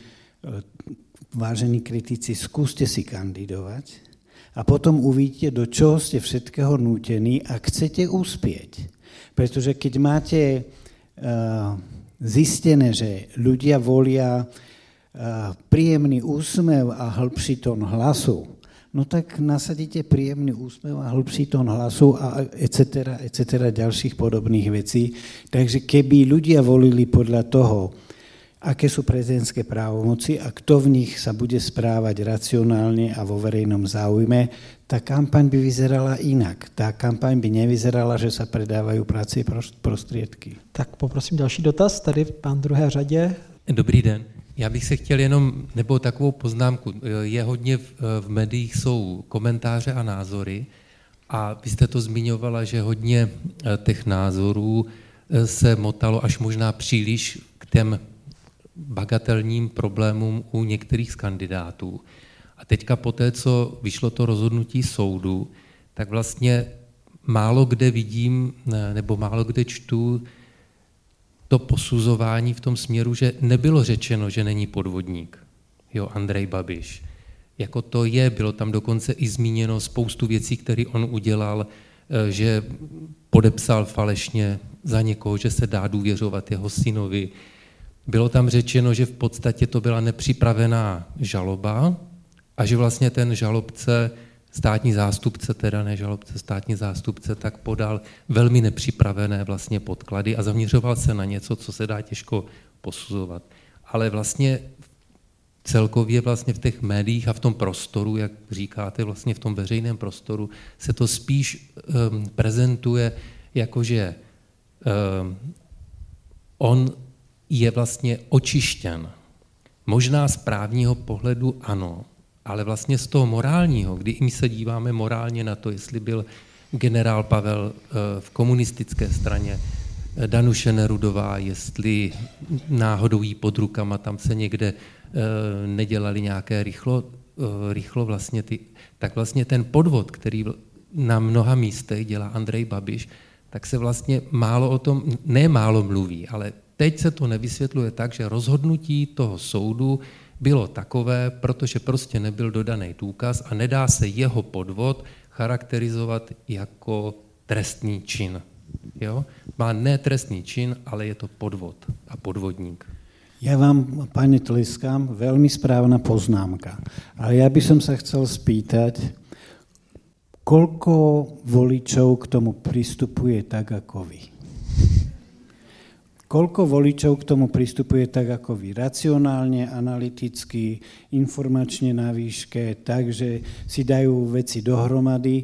vážení kritici, skúste si kandidovať a potom uvidíte, do čoho ste všetkého nútení a chcete uspieť. Pretože keď máte uh, zistené, že ľudia volia uh, príjemný úsmev a hĺbší tón hlasu, no tak nasadíte príjemný úsmev a hĺbší tón hlasu a et cetera, et cetera ďalších podobných vecí. Takže keby ľudia volili podľa toho, aké sú prezidentské právomoci a kto v nich sa bude správať racionálne a vo verejnom záujme, tá kampaň by vyzerala inak. Tá kampaň by nevyzerala, že sa predávajú práci prostriedky. Tak poprosím další dotaz, tady v pán druhé řadě. Dobrý den. Já bych se chtěl jenom, nebo takovou poznámku, je hodně v, v médiích jsou komentáře a názory a vy jste to zmiňovala, že hodně těch názorů se motalo až možná příliš k těm bagatelním problémům u některých z kandidátů. A teďka po té, co vyšlo to rozhodnutí soudu, tak vlastně málo kde vidím, nebo málo kde čtu to posuzování v tom směru, že nebylo řečeno, že není podvodník. jo, Andrej Babiš. Jako to je, bylo tam dokonce i zmíněno spoustu věcí, které on udělal, že podepsal falešně za někoho, že se dá důvěřovat jeho synovi. Bylo tam řečeno, že v podstatě to byla nepřipravená žaloba a že vlastně ten žalobce, státní zástupce, teda ne žalobce, státní zástupce, tak podal velmi nepřipravené vlastně podklady a zaměřoval se na něco, co se dá těžko posuzovat. Ale vlastně celkově vlastně v těch médiích a v tom prostoru, jak říkáte, vlastně v tom veřejném prostoru, se to spíš um, prezentuje jako, že um, on je vlastně očištěn. Možná z právního pohledu ano, ale vlastně z toho morálního, kdy my se díváme morálně na to, jestli byl generál Pavel v komunistické straně, Danuše Nerudová, jestli náhodou jí pod rukama tam se někde nedělali nějaké rychlo, rychlo vlastně ty, tak vlastně ten podvod, který na mnoha místech dělá Andrej Babiš, tak se vlastně málo o tom, ne málo mluví, ale teď se to nevysvětluje tak, že rozhodnutí toho soudu bylo takové, protože prostě nebyl dodaný důkaz a nedá se jeho podvod charakterizovat jako trestný čin. Jo? Má ne trestný čin, ale je to podvod a podvodník. Ja vám, pane, tleskám, veľmi správna poznámka. Ale ja by som sa chcel spýtať, koľko voličov k tomu pristupuje tak, ako vy? Koľko voličov k tomu pristupuje tak, ako vy? Racionálne, analyticky, informačne na výške, takže si dajú veci dohromady.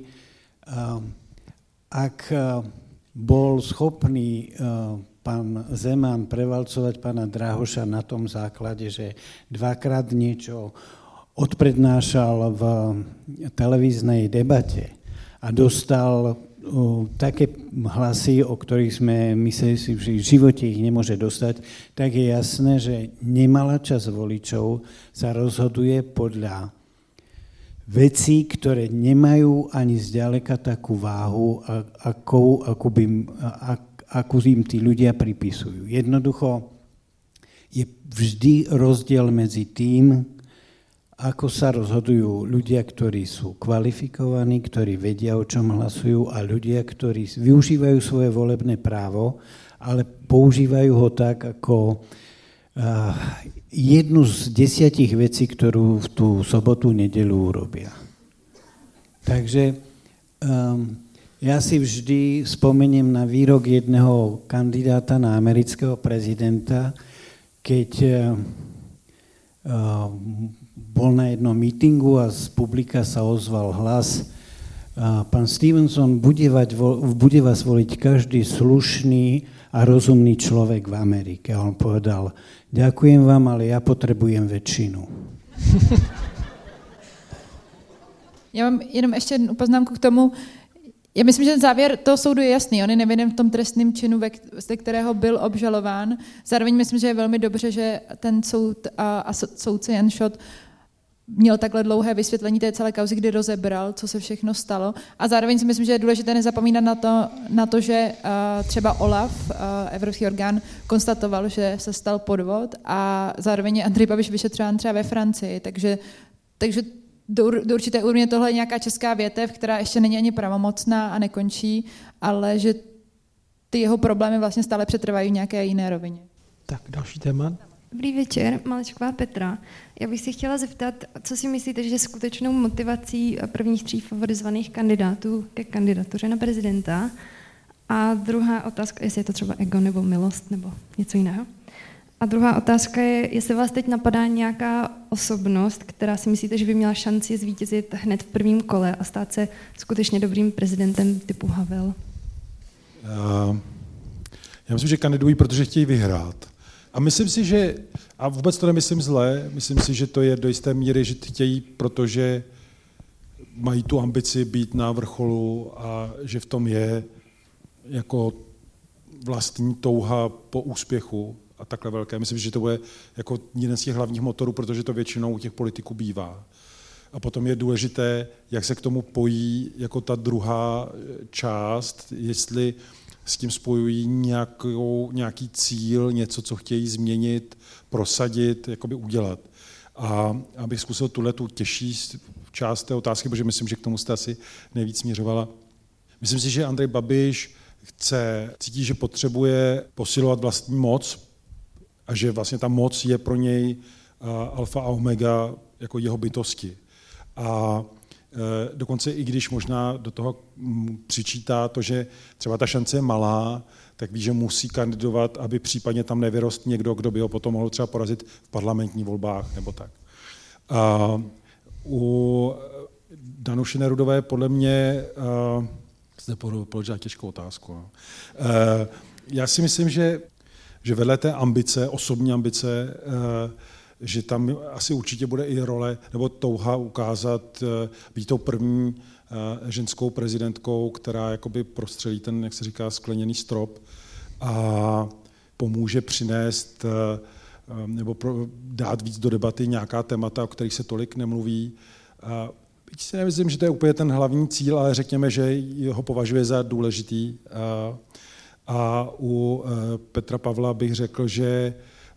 Ak bol schopný pán Zeman prevalcovať pána Drahoša na tom základe, že dvakrát niečo odprednášal v televíznej debate a dostal také hlasy, o ktorých sme mysleli si, že v živote ich nemôže dostať, tak je jasné, že nemalá časť voličov sa rozhoduje podľa vecí, ktoré nemajú ani zďaleka takú váhu, ako, ako by, akú im tí ľudia pripisujú. Jednoducho je vždy rozdiel medzi tým, ako sa rozhodujú ľudia, ktorí sú kvalifikovaní, ktorí vedia, o čom hlasujú, a ľudia, ktorí využívajú svoje volebné právo, ale používajú ho tak, ako uh, jednu z desiatich vecí, ktorú v tú sobotu, nedeľu urobia. Takže um, ja si vždy spomeniem na výrok jedného kandidáta na amerického prezidenta, keď uh, bol na jednom mítingu a z publika sa ozval hlas: pán Stevenson, bude, vať, bude vás voliť každý slušný a rozumný človek v Amerike. A on povedal: ďakujem vám, ale ja potrebujem väčšinu. Já mám jenom ještě jednu poznámku k tomu. Já myslím, že ten závěr toho soudu je jasný. On je nevinen v tom trestném činu, ze kterého byl obžalován. Zároveň myslím, že je velmi dobře, že ten soud a, a soudce Jan Schott měl takhle dlouhé vysvětlení té celé kauzy, kdy rozebral, co se všechno stalo. A zároveň si myslím, že je důležité nezapomínat na to, na to že uh, třeba OLAF, uh, evropský orgán, konstatoval, že se stal podvod, a zároveň je Andrej Babiš vyšetřován třeba ve Francii. Takže, takže do, do určité úrovně tohle je nějaká česká větev, která ještě není ani pravomocná a nekončí, ale že ty jeho problémy vlastně stále přetrvají v nějaké jiné rovině. Tak, další téma. Dobrý večer, Malečková Petra. Já bych si chtěla zeptat, co si myslíte, že je skutečnou motivací prvních tří favorizovaných kandidátů ke kandidatuře na prezidenta? A druhá otázka, jestli je to třeba ego nebo milost nebo něco jiného. A druhá otázka je, jestli vás teď napadá nějaká osobnost, která si myslíte, že by měla šanci zvítězit hned v prvním kole a stát se skutečně dobrým prezidentem typu Havel. Já, já myslím, že kandidují, protože chtějí vyhrát. A myslím si, že, a vůbec to nemyslím zle, myslím si, že to je do jisté míry, že chtějí, protože mají tu ambici být na vrcholu a že v tom je jako vlastní touha po úspěchu a takhle velké. Myslím, že to bude jako jeden z těch hlavních motorů, protože to většinou u těch politiků bývá. A potom je důležité, jak se k tomu pojí jako ta druhá část, jestli s tím spojují nějakou, nějaký cíl, něco, co chtějí změnit, prosadit, jakoby udělat. A abych zkusil tuhle tu těžší část té otázky, protože myslím, že k tomu jste asi nejvíc směřovala. Myslím si, že Andrej Babiš chce, cítí, že potřebuje posilovat vlastní moc a že vlastně ta moc je pro něj alfa a omega jako jeho bytosti. A dokonce i když možná do toho přičítá to, že třeba ta šance je malá, tak ví, že musí kandidovat, aby případně tam nevyrost někdo, kdo by ho potom mohl třeba porazit v parlamentních volbách nebo tak. A u Danuše Nerudové podle mě zde položila těžkou otázku. No. Já si myslím, že, že vedle té ambice, osobní ambice, že tam asi určitě bude i role nebo touha ukázat, být tou první ženskou prezidentkou, která jakoby prostřelí ten, jak se říká, skleněný strop a pomůže přinést nebo dát víc do debaty nějaká témata, o kterých se tolik nemluví. Byť si nemyslím, že to je úplně ten hlavní cíl, ale řekněme, že ho považuje za důležitý. A u Petra Pavla bych řekl, že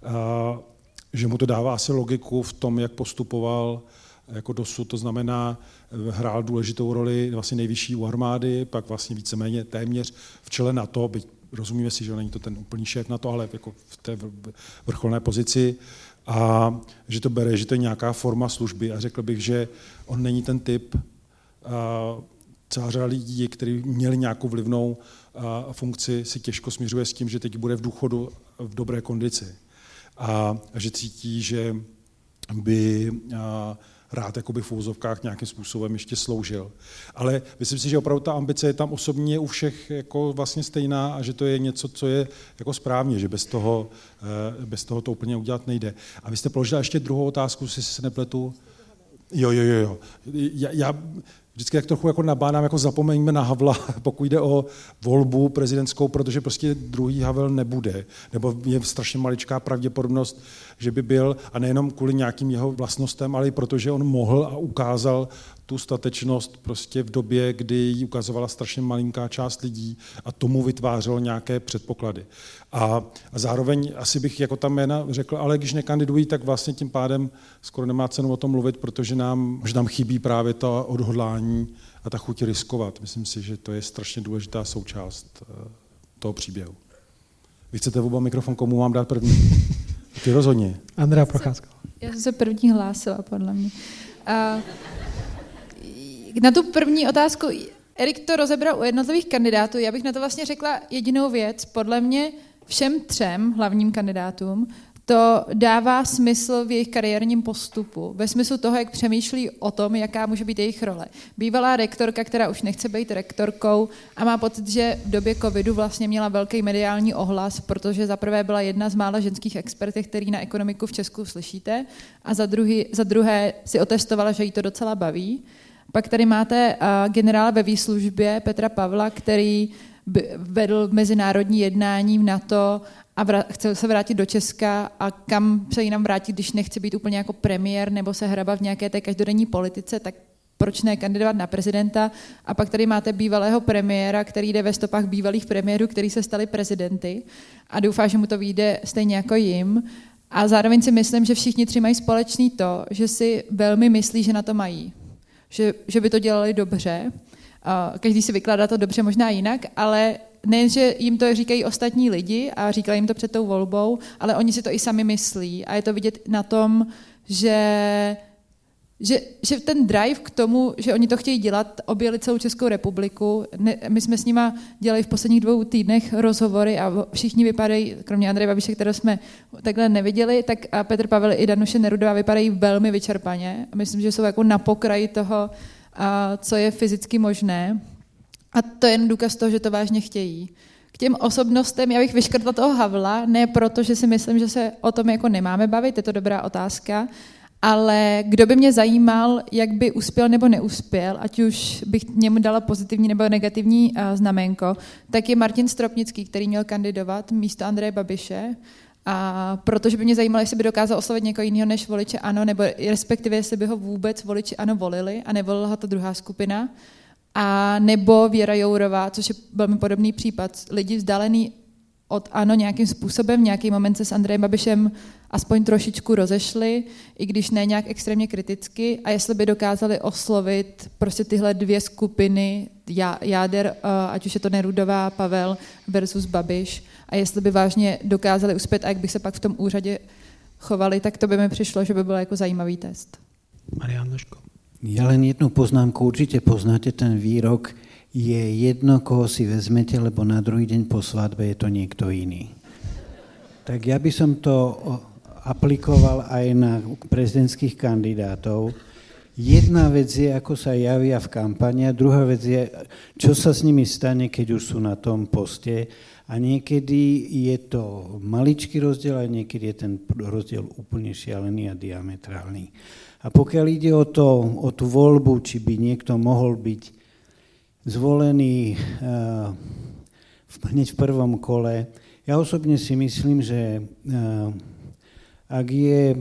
že mu to dává asi logiku v tom, jak postupoval jako dosud, to znamená, hrál důležitou roli vlastně nejvyšší u armády, pak vlastně víceméně téměř v čele NATO, byť rozumíme si, že není to ten úplný šéf NATO, ale jako v té vrcholné pozici a že to bere, že to je nějaká forma služby a řekl bych, že on není ten typ, celá řada lidí, kteří měli nějakou vlivnou funkci, si těžko směřuje s tím, že teď bude v důchodu v dobré kondici. A že cítí, že by rád jakoby v uvozovkách nějakým způsobem ještě sloužil. Ale myslím si, že opravdu ta ambice je tam osobní, je u všech jako vlastně stejná a že to je něco, co je jako správně, že bez toho, bez toho to úplně udělat nejde. A vy jste položila ještě druhou otázku, jestli se nepletu. Jo, jo, jo. jo. Já, já vždycky tak trochu jako nabádám, jako zapomeňme na Havla, pokud jde o volbu prezidentskou, protože prostě druhý Havel nebude. Nebo je strašně maličká pravděpodobnost, že by byl, a nejenom kvůli nějakým jeho vlastnostem, ale i protože on mohl a ukázal tu statečnost prostě v době, kdy ji ukazovala strašně malinká část lidí a tomu vytvářelo nějaké předpoklady. A, a zároveň asi bych jako ta jména řekl, ale když nekandidují, tak vlastně tím pádem skoro nemá cenu o tom mluvit, protože nám, že nám chybí právě to odhodlání a ta chuť riskovat. Myslím si, že to je strašně důležitá součást toho příběhu. Vy chcete oba mikrofon, komu mám dát první? Ty rozhodně. Andrea Procházka. Já jsem se první hlásila, podle mě. A na tu první otázku, Erik to rozebral u jednotlivých kandidátů, já bych na to vlastně řekla jedinou věc. Podle mě všem třem hlavním kandidátům to dává smysl v jejich kariérním postupu, ve smyslu toho, jak přemýšlí o tom, jaká může být jejich role. Bývalá rektorka, která už nechce být rektorkou a má pocit, že v době covidu vlastně měla velký mediální ohlas, protože za prvé byla jedna z mála ženských expertek, který na ekonomiku v Česku slyšíte, a za, druhý, za druhé si otestovala, že jí to docela baví. Pak tady máte uh, generála ve výslužbě Petra Pavla, který vedl mezinárodní jednání v NATO a vra- chce se vrátit do Česka a kam se jinam vrátit, když nechce být úplně jako premiér nebo se hrabat v nějaké té každodenní politice, tak proč ne kandidovat na prezidenta? A pak tady máte bývalého premiéra, který jde ve stopách bývalých premiérů, který se stali prezidenty a doufá, že mu to vyjde stejně jako jim. A zároveň si myslím, že všichni tři mají společný to, že si velmi myslí, že na to mají. Že, že by to dělali dobře. Každý si vykládá to dobře možná jinak, ale nejenže jim to říkají ostatní lidi a říkají jim to před tou volbou, ale oni si to i sami myslí. A je to vidět na tom, že, že, že ten drive k tomu, že oni to chtějí dělat, objeli celou Českou republiku. Ne, my jsme s nima dělali v posledních dvou týdnech rozhovory a všichni vypadají, kromě Andreje Babiše, kterého jsme takhle neviděli, tak a Petr Pavel i Danuše Nerudová vypadají velmi vyčerpaně. Myslím, že jsou jako na pokraji toho, a co je fyzicky možné. A to je jen důkaz toho, že to vážně chtějí. K těm osobnostem já bych vyškrtla toho Havla, ne proto, že si myslím, že se o tom jako nemáme bavit, je to dobrá otázka, ale kdo by mě zajímal, jak by uspěl nebo neuspěl, ať už bych němu dala pozitivní nebo negativní znaménko, tak je Martin Stropnický, který měl kandidovat místo Andreje Babiše. A protože by mě zajímalo, jestli by dokázal oslovit někoho jiného než voliče ANO, nebo respektive jestli by ho vůbec voliči ANO volili a nevolila ho ta druhá skupina. A nebo Věra Jourová, což je velmi podobný případ. Lidi vzdálený od ANO nějakým způsobem. V nějaký moment se s Andrejem Babišem aspoň trošičku rozešli, i když ne nějak extrémně kriticky. A jestli by dokázali oslovit prostě tyhle dvě skupiny jáder, ať už je to Nerudová, Pavel versus Babiš, a jestli by vážně dokázali uspět a jak by se pak v tom úřadě chovali, tak to by mi přišlo, že by byl jako zajímavý test. Marián Leško. Ja len jednu poznámku, určite poznáte ten výrok, je jedno, koho si vezmete, lebo na druhý deň po svadbe je to niekto iný. Tak ja by som to aplikoval aj na prezidentských kandidátov. Jedna vec je, ako sa javia v kampani, a druhá vec je, čo sa s nimi stane, keď už sú na tom poste. A niekedy je to maličký rozdiel, a niekedy je ten rozdiel úplne šialený a diametrálny. A pokiaľ ide o, to, o tú voľbu, či by niekto mohol byť zvolený uh, hneď v prvom kole, ja osobne si myslím, že uh, ak je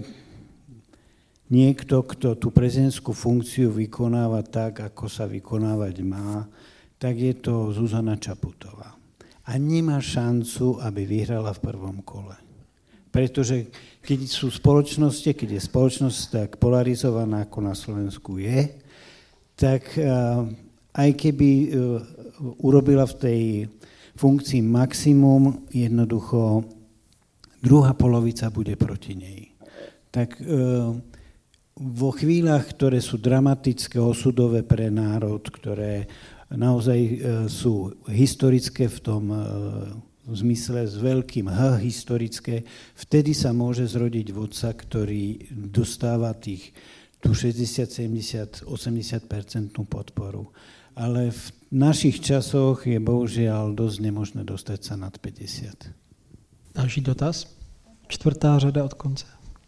niekto, kto tú prezidentskú funkciu vykonáva tak, ako sa vykonávať má, tak je to Zuzana Čaputová. A nemá šancu, aby vyhrala v prvom kole. Pretože keď sú spoločnosti, keď je spoločnosť tak polarizovaná, ako na Slovensku je, tak uh, aj keby uh, urobila v tej funkcii maximum, jednoducho druhá polovica bude proti nej. Tak uh, vo chvíľach, ktoré sú dramatické, osudové pre národ, ktoré naozaj uh, sú historické v tom uh, v zmysle s veľkým H historické, vtedy sa môže zrodiť vodca, ktorý dostáva tých tú šesťdesiat, sedemdesiat, osemdesiat percentnú podporu. Ale v našich časoch je bohužiaľ dosť nemožné dostať sa nad päťdesiat. Další dotaz? Čtvrtá řada od konce.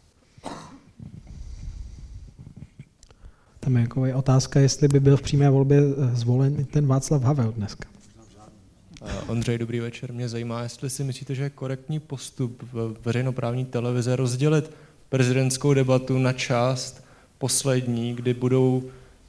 Tam je jako je otázka, jestli by byl v přímé volbě zvolen ten Václav Havel dneska. Ondřej, dobrý večer. Mě zajímá, jestli si myslíte, že je korektní postup v veřejnoprávní televize rozdělit prezidentskou debatu na část poslední, kdy budou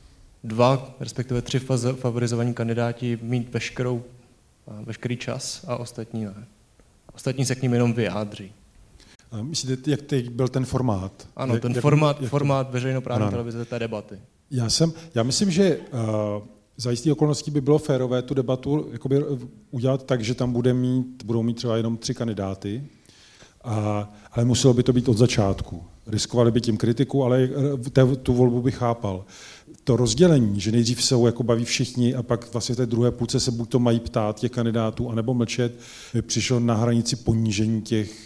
dva, respektive tři favorizovaní kandidáti mít veškerou, veškerý čas a ostatní ne. Ostatní se k ním jenom vyjádří. A myslíte, jak teď byl ten formát? Ano, jak, ten jak, formát, jak formát veřejnoprávní ano. televize té debaty. Já, jsem, já myslím, že uh, za jistý okolností by bylo férové tu debatu jakoby udělat tak, že tam bude mít, budou mít třeba jenom tři kandidáty, a, ale muselo by to být od začátku. Riskovali by tím kritiku, ale te, tu volbu bych chápal. To rozdělení, že nejdřív se jako baví všichni a pak vlastně v té druhé půlce se buď to mají ptát těch kandidátů, anebo mlčet, přišlo na hranici ponížení těch,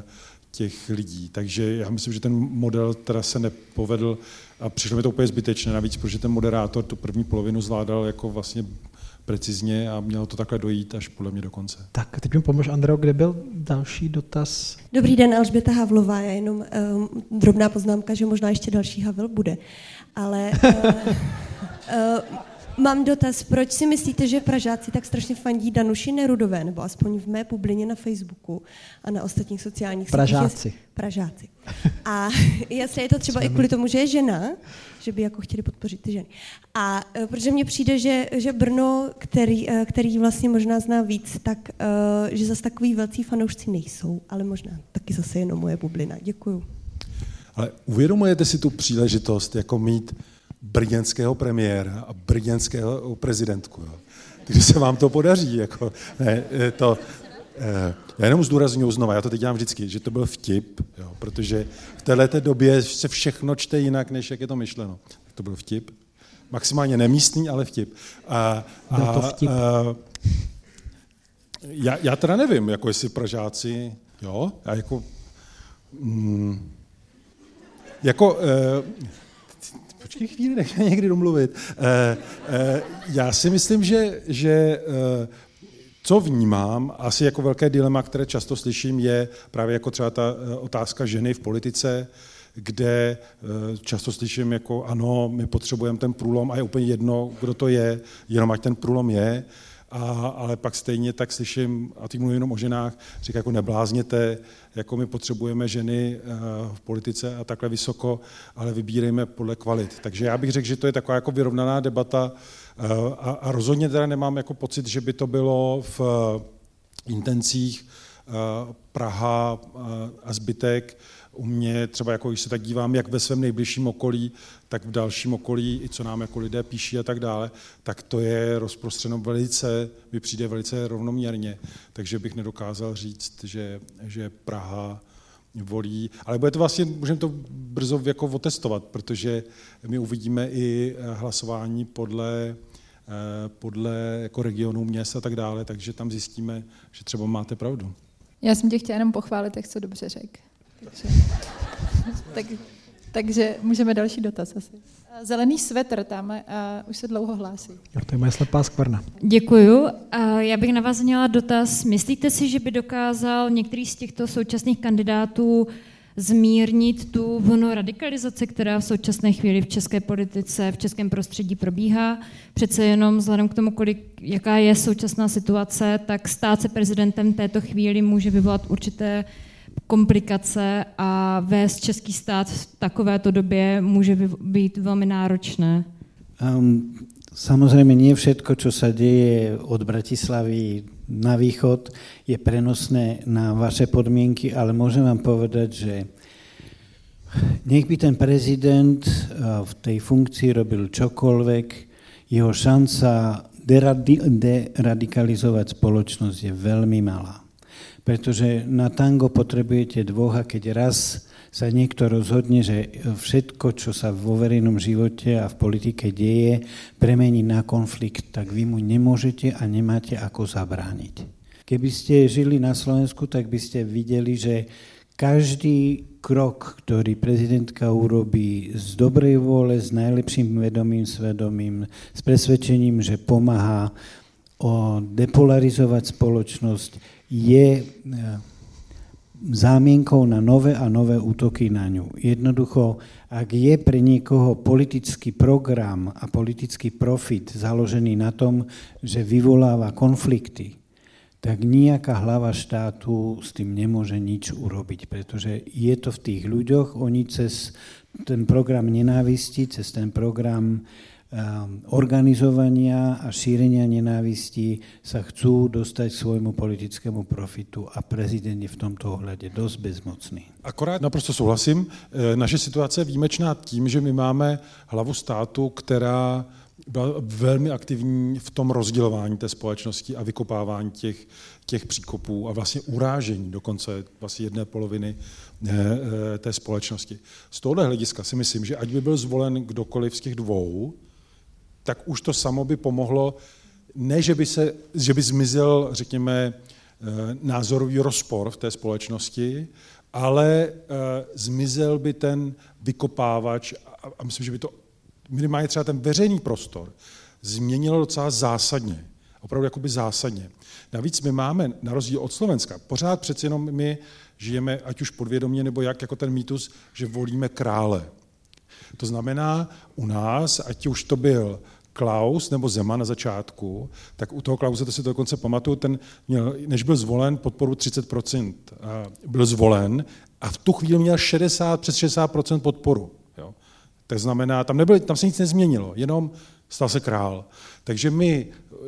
těch lidí. Takže já myslím, že ten model teda se nepovedl a přišlo mi to úplně zbytečné navíc, protože ten moderátor tu první polovinu zvládal jako vlastně precizně a mělo to takhle dojít až podle mě do konce. Tak, teď mi pomož, Andreo, kde byl další dotaz? Dobrý den, Alžběta Havlová, já jenom um, drobná poznámka, že možná ještě další Havel bude. Ale uh, uh, mám dotaz, proč si myslíte, že Pražáci tak strašně fandí Danuši Nerudové, nebo aspoň v mé bublině na Facebooku a na ostatních sociálních Pražáci. sítích? Pražáci. A jasně je to třeba i kvůli tomu, že je žena, že by jako chtěli podpořit ty ženy. A uh, protože mně přijde, že, že Brno, který, uh, který vlastně možná zná víc, tak uh, že zase takový velcí fanoušci nejsou, ale možná taky zase jenom moje bublina. Děkuju. Ale uvědomujete si tu příležitost, jako mít brněnského premiéra a brněnského prezidentku. Jo? Takže se vám to podaří. Jako, ne, to, eh, já jenom zdůraznuju znova, já to teď dělám vždycky, že to byl vtip, jo? Protože v této době se všechno čte jinak, než jak je to myšleno. To byl vtip. Maximálně nemístný, ale vtip. A, a, to vtip. A, já, já teda nevím, jako jestli Pražáci, jo, já jako... Mm, Jako, eh, počkej chvíli, nech mě někdy domluvit. Eh, eh, já si myslím, že, že eh, co vnímám, asi jako velké dilema, které často slyším, je právě jako třeba ta eh, otázka ženy v politice, kde eh, často slyším jako ano, my potřebujeme ten průlom a je úplně jedno, kdo to je, jenom ať ten průlom je. A, ale pak stejně tak slyším, a teď mluvím jenom o ženách, říká jako neblázněte, jako my potřebujeme ženy v politice a takhle vysoko, ale vybírejme podle kvalit. Takže já bych řekl, že to je taková jako vyrovnaná debata a, a rozhodně teda nemám jako pocit, že by to bylo v intencích Praha a zbytek. U mě třeba, jako když se tak dívám, jak ve svém nejbližším okolí, tak v dalším okolí, i co nám jako lidé píší a tak dále, tak to je rozprostřeno velice, mi přijde velice rovnoměrně. Takže bych nedokázal říct, že, že Praha volí, ale bude to vlastně, můžeme to brzo jako otestovat, protože my uvidíme i hlasování podle, podle jako regionů, měst a tak dále, takže tam zjistíme, že třeba máte pravdu. Já jsem tě chtěla jenom pochválit, jak jsi to dobře řekl. Takže, tak, takže můžeme další dotaz asi. Zelený svetr, tam uh, už se dlouho hlásí. Jo, to je moje slepá skvrna. Děkuju. Já bych na vás měla dotaz. Myslíte si, že by dokázal některý z těchto současných kandidátů zmírnit tu vlnu radikalizace, která v současné chvíli v české politice, v českém prostředí probíhá? Přece jenom vzhledem k tomu, kolik, jaká je současná situace, tak stát se prezidentem této chvíli může vyvolat určité komplikace a vést český stát v takovéto době může být velmi náročné. Um, samozrejme, nie všetko, čo sa deje od Bratislavy na východ, je prenosné na vaše podmienky, ale môžem vám povedať, že nech by ten prezident v tej funkcii robil čokoľvek, jeho šanca deradikalizovať spoločnosť je veľmi malá. Pretože na tango potrebujete dvoch a keď raz sa niekto rozhodne, že všetko, čo sa vo verejnom živote a v politike deje, premení na konflikt, tak vy mu nemôžete a nemáte ako zabrániť. Keby ste žili na Slovensku, tak by ste videli, že každý krok, ktorý prezidentka urobí z dobrej vôle, s najlepším vedomým svedomím, s presvedčením, že pomáha o depolarizovať spoločnosť, je zámienkou na nové a nové útoky na ňu. Jednoducho, ak je pre niekoho politický program a politický profit založený na tom, že vyvoláva konflikty, tak nejaká hlava štátu s tým nemôže nič urobiť, pretože je to v tých ľuďoch, oni cez ten program nenávisti, cez ten program organizovania a šírenia nenávistí sa chcú dostať k svojmu politickému profitu a prezident je v tomto ohľade dosť bezmocný. Akorát naprosto souhlasím. Naše situace je výjimečná tím, že my máme hlavu státu, která byla velmi aktivní v tom rozdělování té společnosti a vykopávání těch, těch příkopů a vlastně urážení dokonce vlastně jedné poloviny té společnosti. Z tohohle hlediska si myslím, že ať by byl zvolen kdokoliv z těch dvou, tak už to samo by pomohlo, ne, že by, se, že by zmizel, řekněme, názorový rozpor v té společnosti, ale zmizel by ten vykopávač a myslím, že by to minimálně třeba ten veřejný prostor změnilo docela zásadně, opravdu jakoby zásadně. Navíc my máme, na rozdíl od Slovenska, pořád přeci jenom my žijeme, ať už podvědomě nebo jak, jako ten mýtus, že volíme krále. To znamená, u nás, ať už to byl Klaus nebo Zeman na začátku, tak u toho Klause, to si to dokonce pamatuju, ten měl, než byl zvolen, podporu třicet procent. Byl zvolen a v tu chvíli měl šedesát, přes šedesát procent podporu. Jo. To znamená, tam, nebyl, tam se nic nezměnilo, jenom stal se král. Takže my,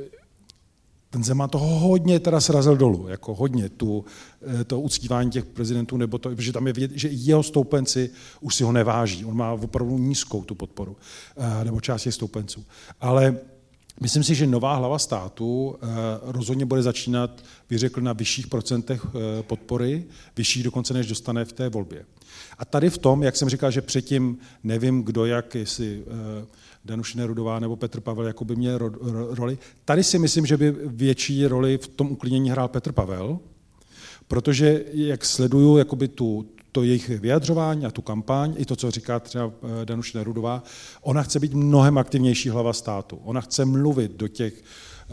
ten Zeman toho hodně teda srazil dolů, jako hodně tu, to uctívání těch prezidentů, nebo to, protože tam je vidět, že jeho stoupenci už si ho neváží. On má opravdu nízkou tu podporu, nebo část těch stoupenců. Ale myslím si, že nová hlava státu rozhodně bude začínat, bych řekl, na vyšších procentech podpory, vyšších dokonce, než dostane v té volbě. A tady v tom, jak jsem říkal, že předtím nevím, kdo jak, jestli Danuše Nerudová nebo Petr Pavel jako by měl ro, ro, roli. Tady si myslím, že by větší roli v tom uklidnění hrál Petr Pavel, protože jak sleduju jakoby tu, to jejich vyjadřování a tu kampaň, i to, co říká třeba Danuše Nerudová, ona chce být mnohem aktivnější hlava státu. Ona chce mluvit do těch,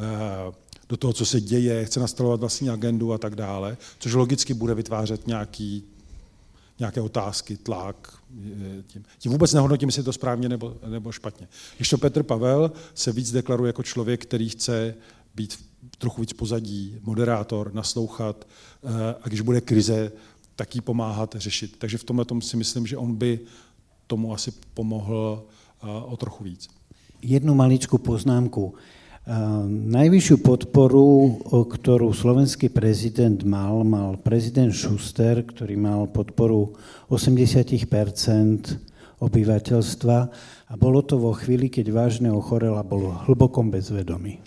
do toho, co se děje, chce nastavovat vlastní agendu a tak dále, což logicky bude vytvářet nějaký nějaké otázky, tlak. Tím, tím vůbec nehodnotím, jestli je to správně nebo, nebo špatně. Když to Petr Pavel se víc deklaruje jako člověk, který chce být trochu víc pozadí, moderátor, naslouchat a když bude krize, tak jí pomáhat řešit. Takže v tomhle tom si myslím, že on by tomu asi pomohl o trochu víc. Jednu maličku poznámku. Najvyššiu podporu, ktorú slovenský prezident mal, mal prezident Schuster, ktorý mal podporu osemdesiat percent obyvateľstva a bolo to vo chvíli, keď vážne ochorel a bol v hlbokom bezvedomí.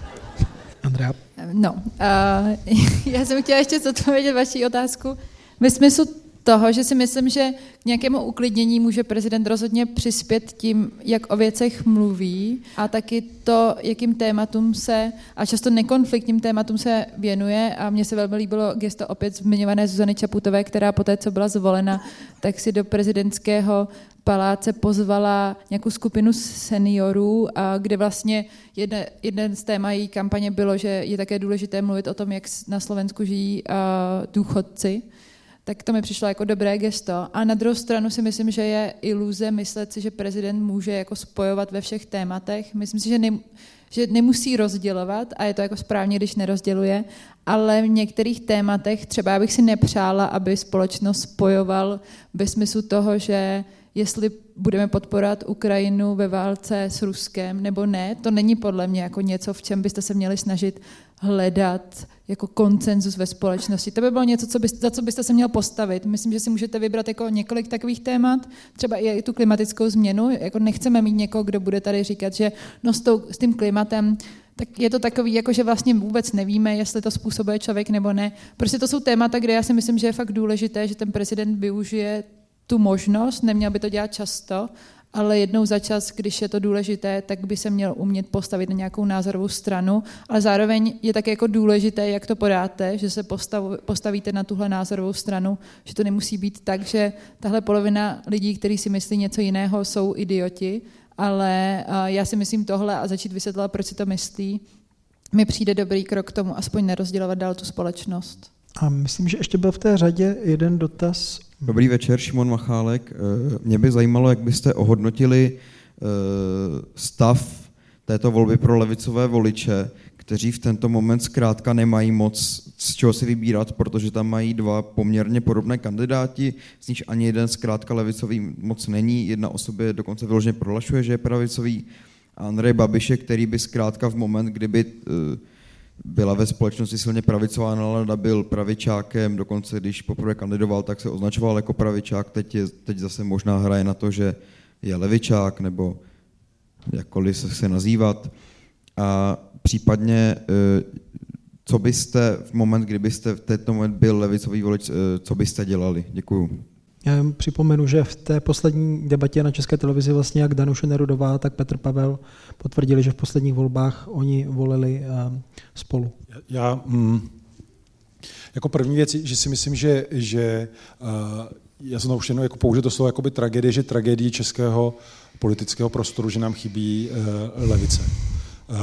Andrea? No, uh, já jsem chtěla ještě zodpovědět vaši otázku ve smyslu toho, že si myslím, že k nějakému uklidnění může prezident rozhodně přispět tím, jak o věcech mluví a taky to, jakým tématům se, a často nekonfliktním tématům se věnuje. A mně se velmi líbilo gesto opět zmiňované Zuzany Čaputové, která poté, co byla zvolena, tak si do prezidentského paláce pozvala nějakou skupinu seniorů, a kde vlastně jedne, jeden z téma její kampaně bylo, že je také důležité mluvit o tom, jak na Slovensku žijí uh, důchodci. Tak to mi přišlo jako dobré gesto. A na druhou stranu si myslím, že je iluze myslet si, že prezident může jako spojovat ve všech tématech. Myslím si, že, ne, že nemusí rozdělovat a je to jako správně, když nerozděluje, ale v některých tématech třeba já bych si nepřála, aby společnost spojoval ve smyslu toho, že jestli budeme podporovat Ukrajinu ve válce s Ruskem nebo ne, to není podle mě jako něco, v čem byste se měli snažit hledat jako konsenzus ve společnosti. To by bylo něco, co byste, za co byste se měl postavit. Myslím, že si můžete vybrat jako několik takových témat, třeba i tu klimatickou změnu. Jako nechceme mít někoho, kdo bude tady říkat, že no s, tou, s tím klimatem, tak je to takový, jako že vlastně vůbec nevíme, jestli to způsobuje člověk nebo ne. Prostě to jsou témata, kde já si myslím, že je fakt důležité, že ten prezident využije tu možnost, neměl by to dělat často, ale jednou za čas, když je to důležité, tak by se měl umět postavit na nějakou názorovou stranu, ale zároveň je také jako důležité, jak to podáte, že se postav, postavíte na tuhle názorovou stranu, že to nemusí být tak, že tahle polovina lidí, kteří si myslí něco jiného, jsou idioti, ale já si myslím tohle a začít vysvětlovat, proč si to myslí, mi přijde dobrý krok k tomu, aspoň nerozdělovat dál tu společnost. A myslím, že ještě byl v té řadě jeden dotaz. Dobrý večer, Šimon Machálek. Mě by zajímalo, jak byste ohodnotili stav této volby pro levicové voliče, kteří v tento moment zkrátka nemají moc z čeho si vybírat, protože tam mají dva poměrně podobné kandidáti, z nichž ani jeden zkrátka levicový moc není, jedna o sobě dokonce vyloženě prohlašuje, že je pravicový, a Andrej Babiše, který by zkrátka v moment, kdyby byla ve společnosti silně pravicová nálada, byl pravičákem, dokonce když poprvé kandidoval, tak se označoval jako pravičák, teď, je, teď zase možná hraje na to, že je levičák, nebo jakkoliv se chce nazývat. A případně, co byste v moment, kdybyste v této moment byl levicový volič, co byste dělali? Děkuju. Já jen připomenu, že v té poslední debatě na České televizi vlastně jak Danuše Nerudová, tak Petr Pavel potvrdili, že v posledních volbách oni volili uh, spolu. Já mm, jako první věc, že si myslím, že, že uh, já jsem to už jenom jako použil to slovo jakoby tragédie, že tragédii českého politického prostoru, že nám chybí uh, levice. Uh,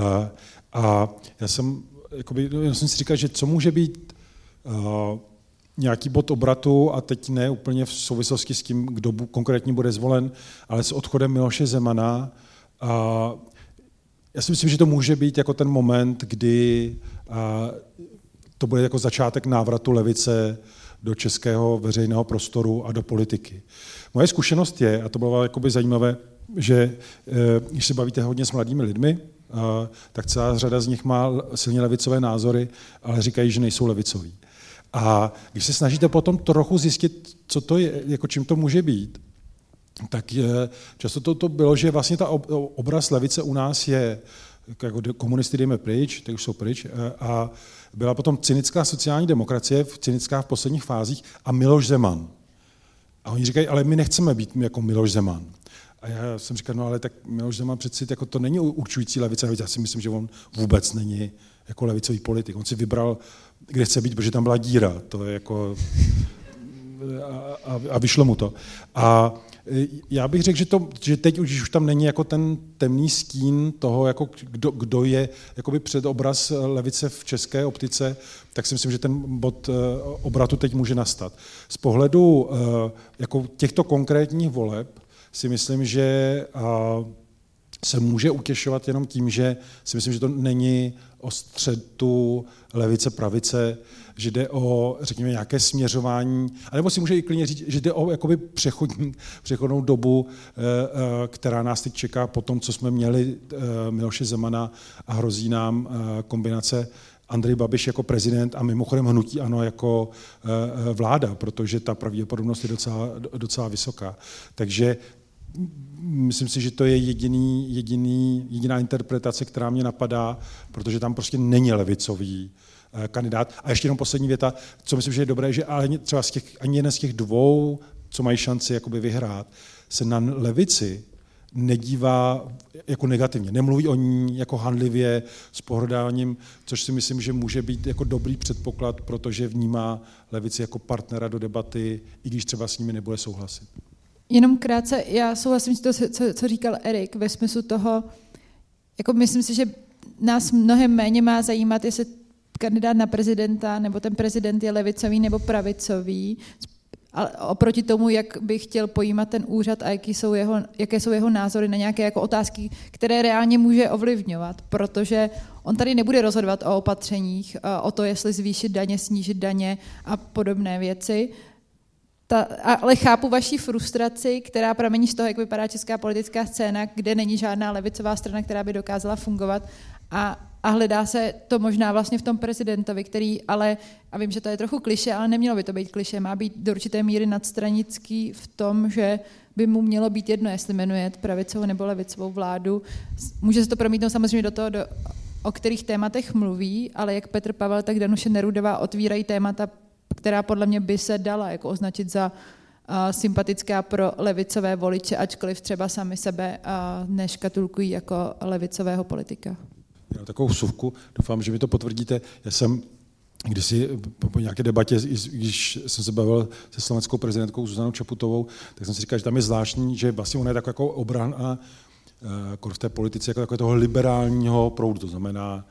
a já jsem, jakoby, já jsem si říkal, že co může být uh, nějaký bod obratu, a teď ne úplně v souvislosti s tím, kdo bu, konkrétně bude zvolen, ale s odchodem Miloše Zemana. A já si myslím, že to může být jako ten moment, kdy a, to bude jako začátek návratu levice do českého veřejného prostoru a do politiky. Moje zkušenost je, a to bylo jakoby zajímavé, že když se bavíte hodně s mladými lidmi, a, tak celá řada z nich má silně levicové názory, ale říkají, že nejsou levicoví. A když se snažíte potom trochu zjistit, co to je, jako čím to může být, tak je, často to, to bylo, že vlastně ta obraz levice u nás je, jako komunisty dejme pryč, teď už jsou pryč, a byla potom cynická sociální demokracie, cynická v posledních fázích, a Miloš Zeman. A oni říkají, ale my nechceme být jako Miloš Zeman. A já jsem říkal, no ale tak Miloš Zeman přeci jako to není určující levice, já si myslím, že on vůbec není jako levicový politik. On si vybral, kde chce být, protože tam byla díra. To je jako... A, a, a vyšlo mu to. A já bych řekl, že, to, že teď už, už tam není jako ten temný stín toho, jako kdo, kdo je jakoby předobraz levice v české optice, tak si myslím, že ten bod obratu teď může nastat. Z pohledu jako těchto konkrétních voleb si myslím, že se může utěšovat jenom tím, že si myslím, že to není o střetu levice-pravice, že jde o, řekněme, nějaké směřování, anebo si může i klidně říct, že jde o jakoby přechodní, přechodnou dobu, která nás teď čeká po tom, co jsme měli Miloše Zemana a hrozí nám kombinace Andrej Babiš jako prezident a mimochodem hnutí ANO jako vláda, protože ta pravděpodobnost je docela, docela vysoká. Takže myslím si, že to je jediný, jediný, jediná interpretace, která mě napadá, protože tam prostě není levicový kandidát. A ještě jenom poslední věta, co myslím, že je dobré, že ale třeba z těch, ani jeden z těch dvou, co mají šanci jakoby vyhrát, se na levici nedívá jako negativně, nemluví o ní jako hanlivě s pohrdáním, což si myslím, že může být jako dobrý předpoklad, protože vnímá levici jako partnera do debaty, i když třeba s nimi nebude souhlasit. Jenom krátce, já souhlasím s to, co, co říkal Erik, ve smyslu toho, jako myslím si, že nás mnohem méně má zajímat, jestli kandidát na prezidenta nebo ten prezident je levicový nebo pravicový, ale oproti tomu, jak by chtěl pojímat ten úřad a jaký jsou jeho, jaké jsou jeho názory na nějaké jako otázky, které reálně může ovlivňovat, protože on tady nebude rozhodovat o opatřeních, o to, jestli zvýšit daně, snížit daně a podobné věci. Ta, ale chápu vaši frustraci, která pramení z toho, jak vypadá česká politická scéna, kde není žádná levicová strana, která by dokázala fungovat a, a hledá se to možná vlastně v tom prezidentovi, který ale, a vím, že to je trochu klišé, ale nemělo by to být klišé, má být do určité míry nadstranický v tom, že by mu mělo být jedno, jestli jmenuje pravicovou nebo levicovou vládu. Může se to promítnout samozřejmě do toho, do, o kterých tématech mluví, ale jak Petr Pavel, tak Danuše Nerudová otvírají témata, která podle mě by se dala jako označit za uh, sympatická pro levicové voliče, ačkoliv třeba sami sebe uh, neškatulkují jako levicového politika. Já takovou vsuvku, doufám, že mi to potvrdíte. Já jsem kdysi po nějaké debatě, když jsem se bavil se slovenskou prezidentkou Zuzanou Čaputovou, tak jsem si říkal, že tam je zvláštní, že vlastně ona je taková jako obrana uh, v té politice jako toho liberálního proudu, to znamená,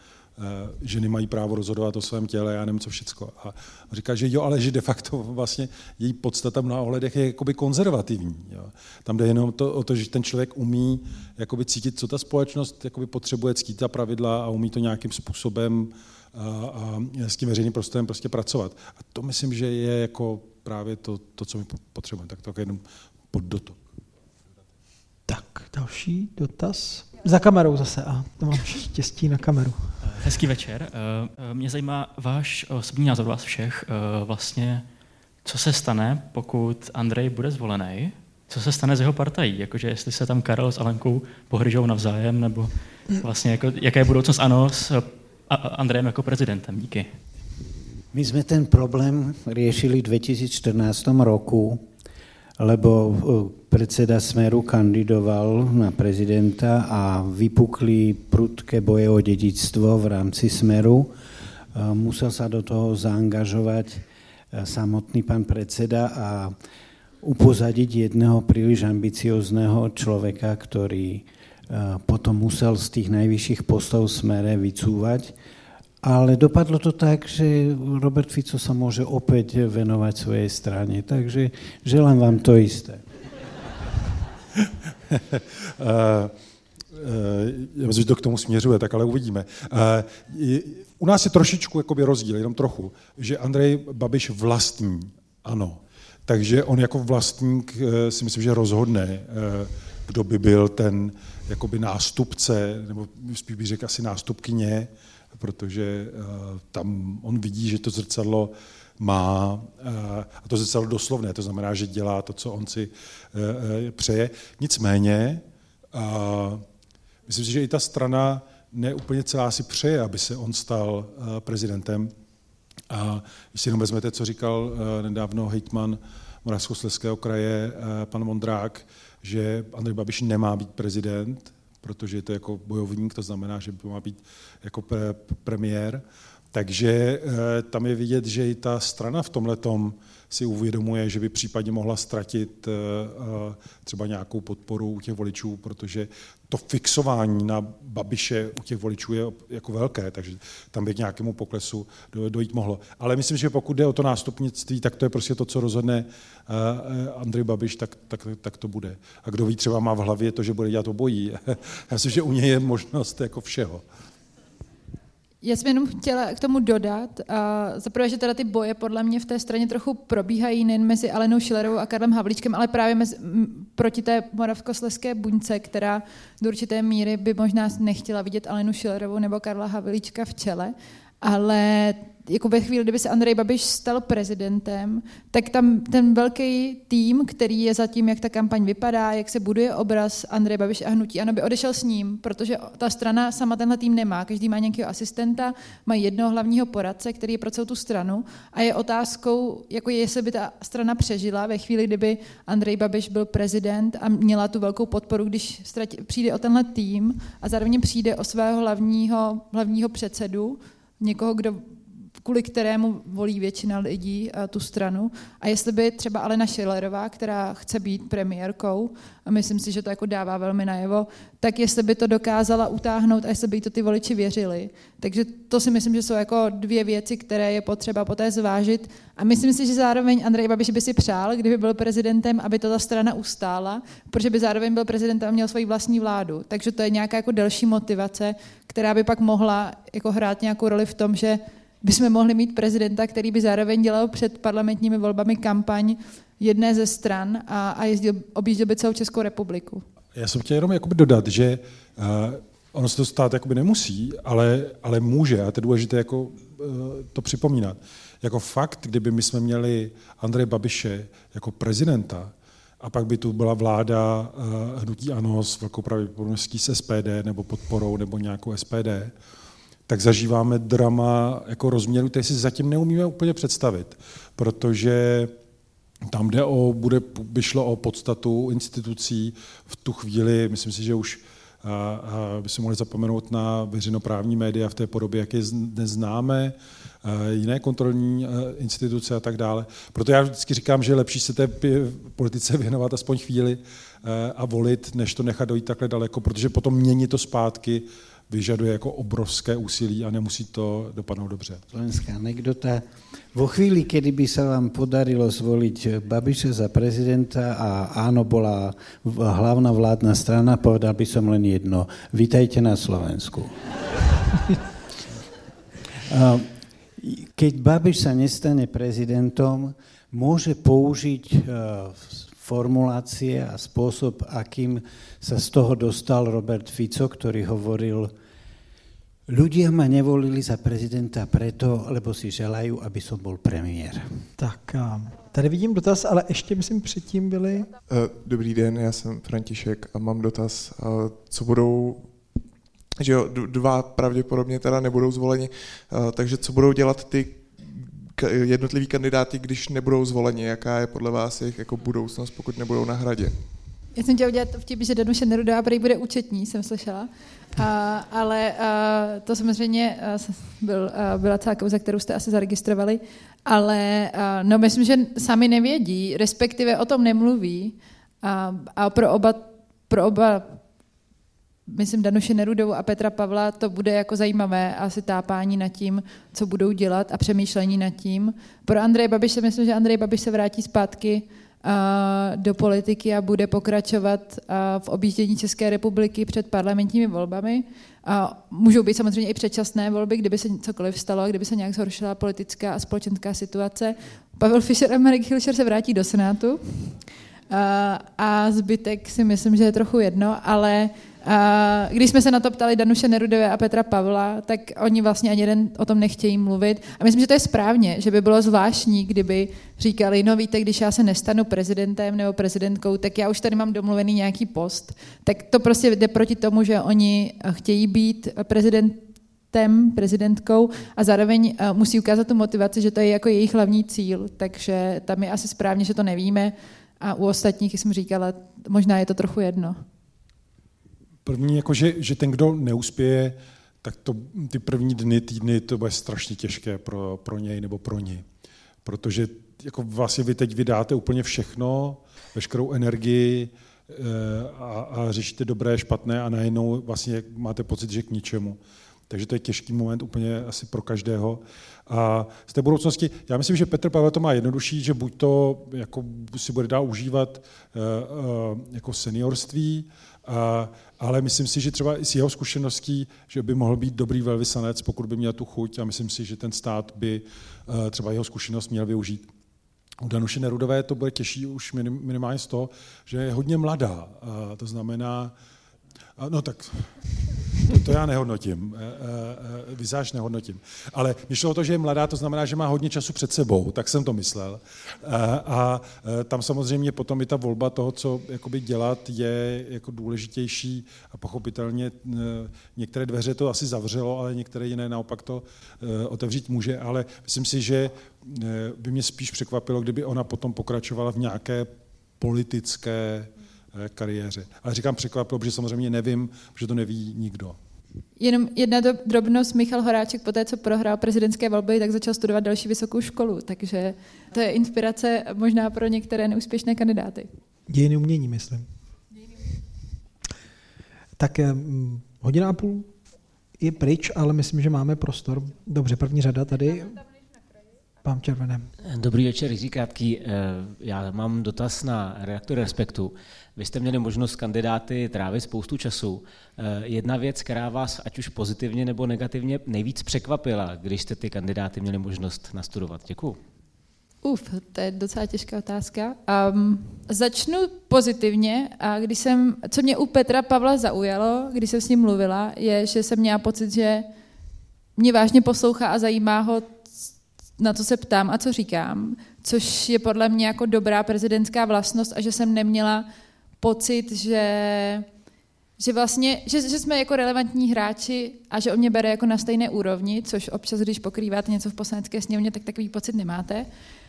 ženy mají právo rozhodovat o svém těle, já nevím co všecko. A říká, že jo, ale že de facto vlastně její podstata na ohledech je jakoby konzervativní. Jo. Tam jde jenom to, o to, že ten člověk umí jakoby cítit, co ta společnost jakoby potřebuje, cítit ta pravidla a umí to nějakým způsobem a, a s tím veřejným prostorem prostě pracovat. A to myslím, že je jako právě to, to co my potřebujeme. Tak to je jenom poddotok. Tak, další dotaz. Za kamerou zase, a to mám štěstí na kameru. Hezký večer. Mě zajímá váš osobní názor, vás všech, vlastně, co se stane, pokud Andrej bude zvolený, co se stane s jeho partají, jakože jestli se tam Karel s Alenkou pohryžou navzájem, nebo vlastně jako, jaká je budoucnost ANO s Andrejem jako prezidentem. Díky. My sme ten problém riešili v dvetisícštrnástom roku, lebo predseda Smeru kandidoval na prezidenta a vypukli prudké boje o dedičstvo v rámci Smeru. Musel sa do toho zaangažovať samotný pán predseda a upozadiť jedného príliš ambiciózneho človeka, ktorý potom musel z tých najvyšších postov v Smere vycúvať. Ale dopadlo to tak, že Robert Fico sa môže opäť venovať svojej strane. Takže želám vám to isté. uh, uh, já myslím, že to k tomu směřuje, tak ale uvidíme. Uh, u nás je trošičku jakoby rozdíl, jenom trochu, že Andrej Babiš vlastní, ano. Takže on jako vlastník uh, si myslím, že rozhodne, uh, kdo by byl ten jakoby nástupce, nebo spíš bych řekl asi nástupkyně, protože uh, tam on vidí, že to zrcadlo má, uh, a to zrcadlo doslovné, to znamená, že dělá to, co on si uh, přeje. Nicméně, uh, myslím si, že i ta strana ne úplně celá si přeje, aby se on stal uh, prezidentem. A když si jenom vezmete, co říkal uh, nedávno hejtman Moravskoslezského kraje, uh, pan Vondrák, že Andrej Babiš nemá být prezident, protože je to jako bojovník, to znamená, že má být jako pre, premiér, Takže tam je vidět, že i ta strana v tomhletom si uvědomuje, že by případně mohla ztratit třeba nějakou podporu u těch voličů, protože to fixování na Babiše u těch voličů je jako velké, takže tam by k nějakému poklesu dojít mohlo. Ale myslím, že pokud jde o to nástupnictví, tak to je prostě to, co rozhodne Andrej Babiš, tak, tak, tak to bude. A kdo ví, třeba má v hlavě to, že bude dělat obojí. Já myslím, že u něj je možnost jako všeho. Já jsem jenom chtěla k tomu dodat, za prvé, že teda ty boje podle mě v té straně trochu probíhají nejen mezi Alenou Schillerovou a Karlem Havlíčkem, ale právě mezi, m, proti té moravskoslezské buňce, která do určité míry by možná nechtěla vidět Alenu Schillerovou nebo Karla Havlíčka v čele, ale jako ve chvíli, kdyby se Andrej Babiš stal prezidentem, tak tam ten velký tým, který je zatím, jak ta kampaň vypadá, jak se buduje obraz Andrej Babiš a hnutí ANO, by odešel s ním, protože ta strana sama tenhle tým nemá. Každý má nějakého asistenta, má jednoho hlavního poradce, který je pro celou tu stranu a je otázkou, jako jestli by ta strana přežila ve chvíli, kdyby Andrej Babiš byl prezident a měla tu velkou podporu, když ztratí, přijde o tenhle tým a zároveň přijde o svého hlavního, hlavního předsedu, někoho, kdo kvůli kterému volí většina lidí tu stranu. A jestli by třeba Alena Schillerová, která chce být premiérkou, a myslím si, že to jako dává velmi najevo, tak jestli by to dokázala utáhnout a jestli by to ty voliči věřili. Takže to si myslím, že jsou jako dvě věci, které je potřeba poté zvážit. A myslím si, že zároveň Andrej Babiš by si přál, kdyby byl prezidentem, aby to ta strana ustála, protože by zároveň byl prezidentem a měl svoji vlastní vládu. Takže to je nějaká jako další motivace, která by pak mohla jako hrát nějakou roli v tom, že bychom mohli mít prezidenta, který by zároveň dělal před parlamentními volbami kampaň jedné ze stran a, a jezdil, objížděl by celou Českou republiku. Já jsem chtěl jenom jakoby dodat, že uh, ono se to stát jakoby nemusí, ale, ale může, a to je důležité jako, uh, to připomínat. Jako fakt, kdyby my jsme měli Andreje Babiše jako prezidenta a pak by tu byla vláda uh, hnutí ANO s velkou pravděpodobností s S P D nebo podporou nebo nějakou S P D, tak zažíváme drama jako rozměru, který si zatím neumíme úplně představit, protože tam jde o, bude, by šlo o podstatu institucí v tu chvíli, myslím si, že už a, a by se mohli zapomenout na veřejnoprávní média v té podobě, jak je neznáme, jiné kontrolní instituce a tak dále. Proto já vždycky říkám, že je lepší se té politice věnovat aspoň chvíli a volit, než to nechat dojít takhle daleko, protože potom měnit to zpátky vyžaduje jako obrovské úsilí a nemusí to dopadnout dobře. Slovenská anekdota. Vo chvíli, kedy by sa vám podarilo zvoliť Babiša za prezidenta a áno, bola hlavná vládna strana, povedal by som len jedno. Vítajte na Slovensku. Keď Babiš sa nestane prezidentom, môže použiť formulácie a spôsob, akým sa z toho dostal Robert Fico, ktorý hovoril: ľudia ma nevolili za prezidenta preto, lebo si želajú, aby som bol premiér. Tak, tady vidím dotaz, ale ještě myslím předtím byli... Dobrý den, já jsem František a mám dotaz, co budou, že jo, dva pravděpodobně teda nebudou zvoleni, takže co budou dělat ty jednotliví kandidáti, když nebudou zvoleni? Jaká je podle vás jejich jako budoucnost, pokud nebudou na hradě? Já jsem chtěla udělat vtip, že Danuše Nerudová prý bude účetní, jsem slyšela. A, ale a, to samozřejmě a, byl, a, byla celá kauza, kterou jste asi zaregistrovali. Ale a, no, myslím, že sami nevědí, respektive o tom nemluví. A, a pro oba, pro oba myslím, Danuši Nerudovou a Petra Pavla to bude jako zajímavé asi tápání nad tím, co budou dělat a přemýšlení nad tím. Pro Andreje Babiše myslím, že Andrej Babiš se vrátí zpátky do politiky a bude pokračovat v objíždění České republiky před parlamentními volbami. A můžou být samozřejmě i předčasné volby, kdyby se cokoliv stalo, kdyby se nějak zhoršila politická a společenská situace. Pavel Fischer a Marek Hilšer se vrátí do Senátu a zbytek si myslím, že je trochu jedno, ale když jsme se na to ptali Danuše Nerudové a Petra Pavla, tak oni vlastně ani jeden o tom nechtějí mluvit. A myslím, že to je správně, že by bylo zvláštní, kdyby říkali, no víte, když já se nestanu prezidentem nebo prezidentkou, tak já už tady mám domluvený nějaký post. Tak to prostě jde proti tomu, že oni chtějí být prezidentem, prezidentkou a zároveň musí ukázat tu motivaci, že to je jako jejich hlavní cíl. Takže tam je asi správně, že to nevíme. A u ostatních, jak jsem říkala, možná je to trochu jedno. První, jako že, že ten, kdo neuspěje, tak to, ty první dny, týdny, to bude strašně těžké pro, pro něj nebo pro ní. Protože jako vlastně vy teď vydáte úplně všechno, veškerou energii a, a řešíte dobré, špatné a najednou vlastně máte pocit, že k ničemu. Takže to je těžký moment úplně asi pro každého. A z té budoucnosti, já myslím, že Petr Pavel to má jednodušší, že buď to jako si bude dál užívat jako seniorství, a, ale myslím si, že třeba i s jeho zkušeností, že by mohl být dobrý velvyslanec, pokud by měl tu chuť, a myslím si, že ten stát by třeba jeho zkušenost měl využít. U Danuše Nerudové to bude těžší už minimálně z toho, že je hodně mladá. A to znamená, no tak to, to já nehodnotím, vizáž nehodnotím. Ale mě šlo o to, že je mladá, to znamená, že má hodně času před sebou, tak jsem to myslel. A tam samozřejmě potom i ta volba toho, co jakoby dělat, je jako důležitější a pochopitelně některé dveře to asi zavřelo, ale některé jiné naopak to otevřít může, ale myslím si, že by mě spíš překvapilo, kdyby ona potom pokračovala v nějaké politické kariéře. Ale říkám překvapilo, protože samozřejmě nevím, že to neví nikdo. Jenom jedna drobnost, Michal Horáček po té, co prohrál prezidentské volby, tak začal studovat další vysokou školu, takže to je inspirace možná pro některé neúspěšné kandidáty. Dějiny umění, myslím. Tak hodina a půl je pryč, ale myslím, že máme prostor. Dobře, první řada tady. Pán Červené. Dobrý večer, Jiří Krátký. Já mám dotaz na redaktor Respektu. Vy jste měli možnost kandidáty trávit spoustu času. Jedna věc, která vás ať už pozitivně nebo negativně nejvíc překvapila, když jste ty kandidáty měli možnost nastudovat. Děkuju. Uf, to je docela těžká otázka. Um, začnu pozitivně, a když jsem, co mě u Petra Pavla zaujalo, když jsem s ním mluvila, je, že jsem měla pocit, že mě vážně poslouchá a zajímá ho, na co se ptám a co říkám, což je podle mě jako dobrá prezidentská vlastnost a že jsem neměla pocit, že, že vlastně, že, že jsme jako relevantní hráči a že on mě bere jako na stejné úrovni, což občas, když pokrýváte něco v poslanecké sněmovně, tak takový pocit nemáte.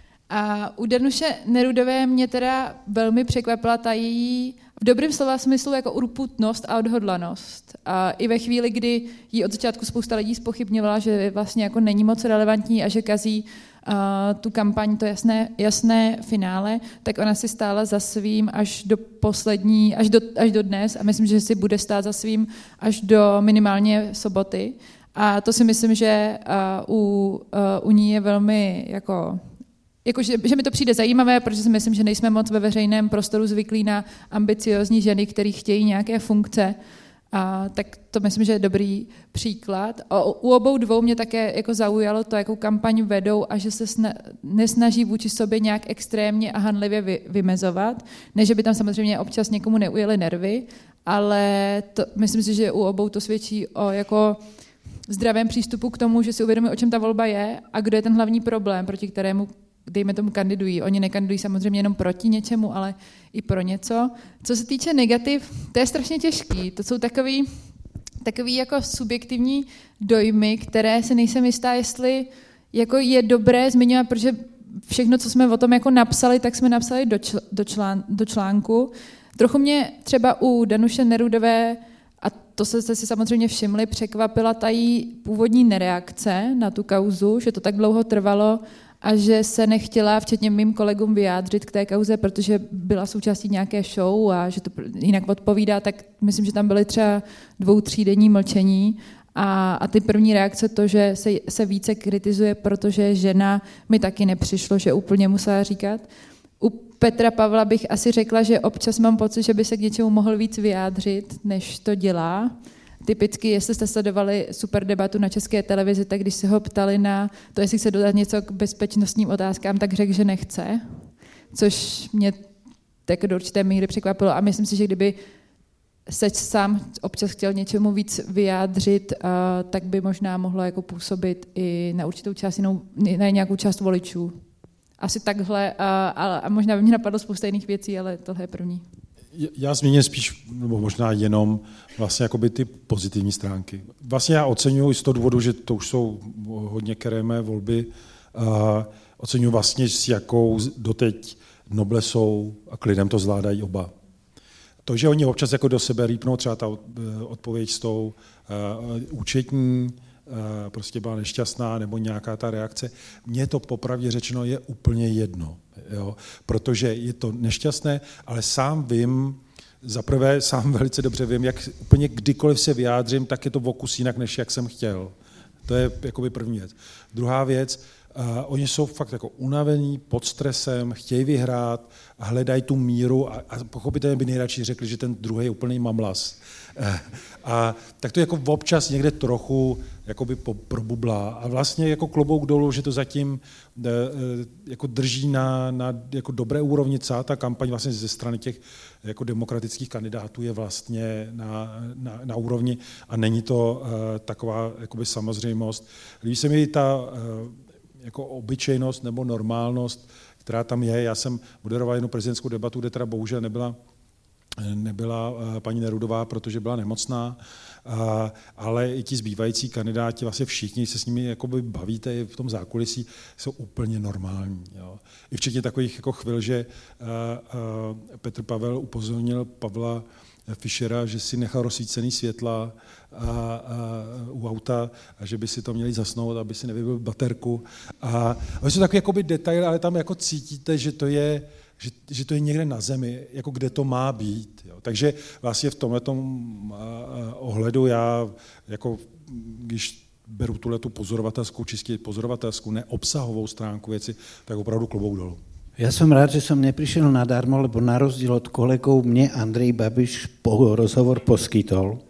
A u Danuše Nerudové mě teda velmi překvapila ta její v dobrém slova smyslu jako urputnost a odhodlanost. A i ve chvíli, kdy jí od začátku spousta lidí zpochybňovala, že vlastně jako není moc relevantní a že kazí uh, tu kampaň, to jasné, jasné finále, tak ona si stála za svým až do poslední, až do, až do dnes a myslím, že si bude stát za svým až do minimálně soboty. A to si myslím, že uh, u, uh, u ní je velmi jako... Jako, že, že mi to přijde zajímavé, protože si myslím, že nejsme moc ve veřejném prostoru zvyklí na ambiciozní ženy, které chtějí nějaké funkce. A, tak to myslím, že je dobrý příklad. A u obou dvou mě také jako zaujalo to, jakou kampaň vedou a že se sna, nesnaží vůči sobě nějak extrémně a hanlivě vy, vymezovat. Ne, že by tam samozřejmě občas někomu neujeli nervy, ale to, myslím si, že u obou to svědčí o jako zdravém přístupu k tomu, že si uvědomí, o čem ta volba je a kdo je ten hlavní problém, proti kterému dejme tomu kandidují. Oni nekandidují samozřejmě jenom proti něčemu, ale i pro něco. Co se týče negativ, to je strašně těžký. To jsou takový, takový jako subjektivní dojmy, které se nejsem jistá, jestli jako je dobré zmiňovat, protože všechno, co jsme o tom jako napsali, tak jsme napsali do, čl, do, člán, do článku. Trochu mě třeba u Danuše Nerudové, a to jste si samozřejmě všimli, překvapila ta její původní nereakce na tu kauzu, že to tak dlouho trvalo, a že se nechtěla, včetně mým kolegům, vyjádřit k té kauze, protože byla součástí nějaké show a že to jinak odpovídá, tak myslím, že tam byly třeba dvou, třídenní mlčení a, a ty první reakce to, že se, se více kritizuje, protože žena, mi taky nepřišlo, že úplně musela říkat. U Petra Pavla bych asi řekla, že občas mám pocit, že by se k něčemu mohl víc vyjádřit, než to dělá. Typicky, jestli jste sledovali super debatu na České televizi, tak když se ho ptali na to, jestli chce dodat něco k bezpečnostním otázkám, tak řekl, že nechce, což mě tak do určité míry překvapilo a myslím si, že kdyby se sám občas chtěl něčemu víc vyjádřit, tak by možná mohlo jako působit i na určitou část, jinou, na nějakou část voličů. Asi takhle a, a možná by mě napadlo spousta jiných věcí, ale tohle je první. Já zmíním spíš, nebo možná jenom vlastně jakoby ty pozitivní stránky. Vlastně já oceňuji z toho důvodu, že to už jsou hodně kerémé volby, a oceňuji vlastně, s jakou doteď noblesou a klidem to zvládají oba. to, že oni občas jako do sebe rýpnou, třeba ta odpověď s tou uh, účetní, uh, prostě byla nešťastná, nebo nějaká ta reakce, mně to popravdě řečeno je úplně jedno, jo? Protože je to nešťastné, ale sám vím, zaprvé sám velice dobře vím, jak úplně kdykoliv se vyjádřím, tak je to vokus jinak, než jak jsem chtěl. To je jakoby první věc. Druhá věc, uh, oni jsou fakt jako unavení, pod stresem, chtějí vyhrát a hledají tu míru a, a pochopitelně by nejradši řekli, že ten druhý je úplný mamlas. Uh, a tak to jako občas někde trochu jakoby probublá. A vlastně jako klobouk dolů, že to zatím uh, jako drží na, na jako dobré úrovni. Celá ta kampaň vlastně ze strany těch jako demokratických kandidátů je vlastně na, na, na úrovni a není to uh, taková jakoby samozřejmost. Líbí se mi ta uh, jako obyčejnost nebo normálnost, která tam je. Já jsem moderoval jednu prezidentskou debatu, kde teda bohužel nebyla, nebyla uh, paní Nerudová, protože byla nemocná, uh, ale i ti zbývající kandidáti, vlastně všichni se s nimi jakoby bavíte v tom zákulisí, jsou úplně normální. Jo. I včetně takových jako chvil, že uh, uh, Petr Pavel upozornil Pavla Fischera, že si nechal rozsvícený světla a, a, u auta a že by si to měli zasnout, aby si nevybil baterku. A, a jsou takové jakoby detaily, ale tam jako cítíte, že to je, že, že to je někde na zemi, jako kde to má být. Jo. Takže vlastně v tomhletom ohledu já, jako, když beru tuhletu pozorovatelskou, čistě pozorovatelskou, neobsahovou stránku věci, tak opravdu klobouk dolů. Ja som rád, že som neprišiel nadarmo, lebo na rozdiel od kolegov mne Andrej Babiš po rozhovor poskytol.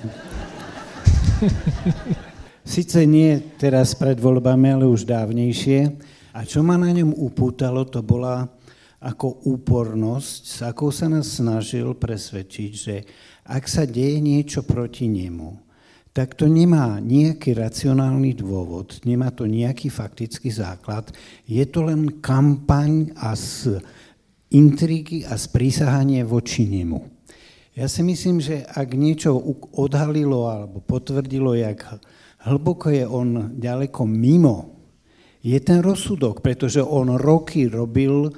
Sice nie teraz pred voľbami, ale už dávnejšie. A čo ma na ňom upútalo, to bola ako úpornosť, s akou sa nás snažil presvedčiť, že ak sa deje niečo proti nemu, tak to nemá nejaký racionálny dôvod, nemá to nejaký faktický základ, je to len kampaň a z intrigy a sprísahanie voči nemu. Ja si myslím, že ak niečo odhalilo alebo potvrdilo, jak hlboko je on ďaleko mimo, je ten rozsudok, pretože on roky robil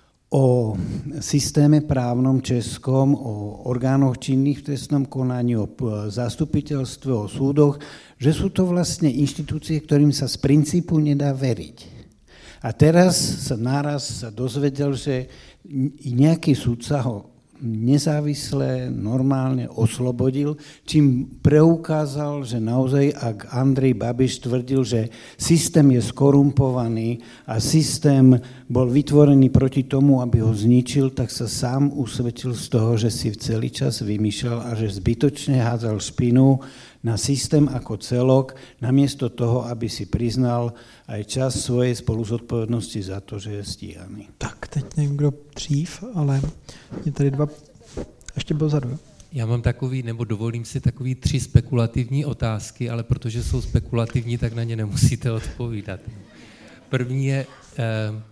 o systéme právnom českom, o orgánoch činných v trestnom konaní, o zastupiteľstve, o súdoch, že sú to vlastne inštitúcie, ktorým sa z princípu nedá veriť. A teraz sa náraz sa dozvedel, že nejaký súdca ho nezávisle, normálne oslobodil, čím preukázal, že naozaj, ak Andrej Babiš tvrdil, že systém je skorumpovaný a systém bol vytvorený proti tomu, aby ho zničil, tak sa sám usvedčil z toho, že si celý čas vymýšľal a že zbytočne hádzal špinu na systém ako celok, namiesto toho, aby si priznal aj čas svojej spoluzodpovednosti za to, že je stíhaný. Tak, teď někdo dřív, ale je tady dva, ještě byl vzadu. Já mám takový, nebo dovolím si takový tři spekulativní otázky, ale protože jsou spekulativní, tak na ně nemusíte odpovídat. První je, eh,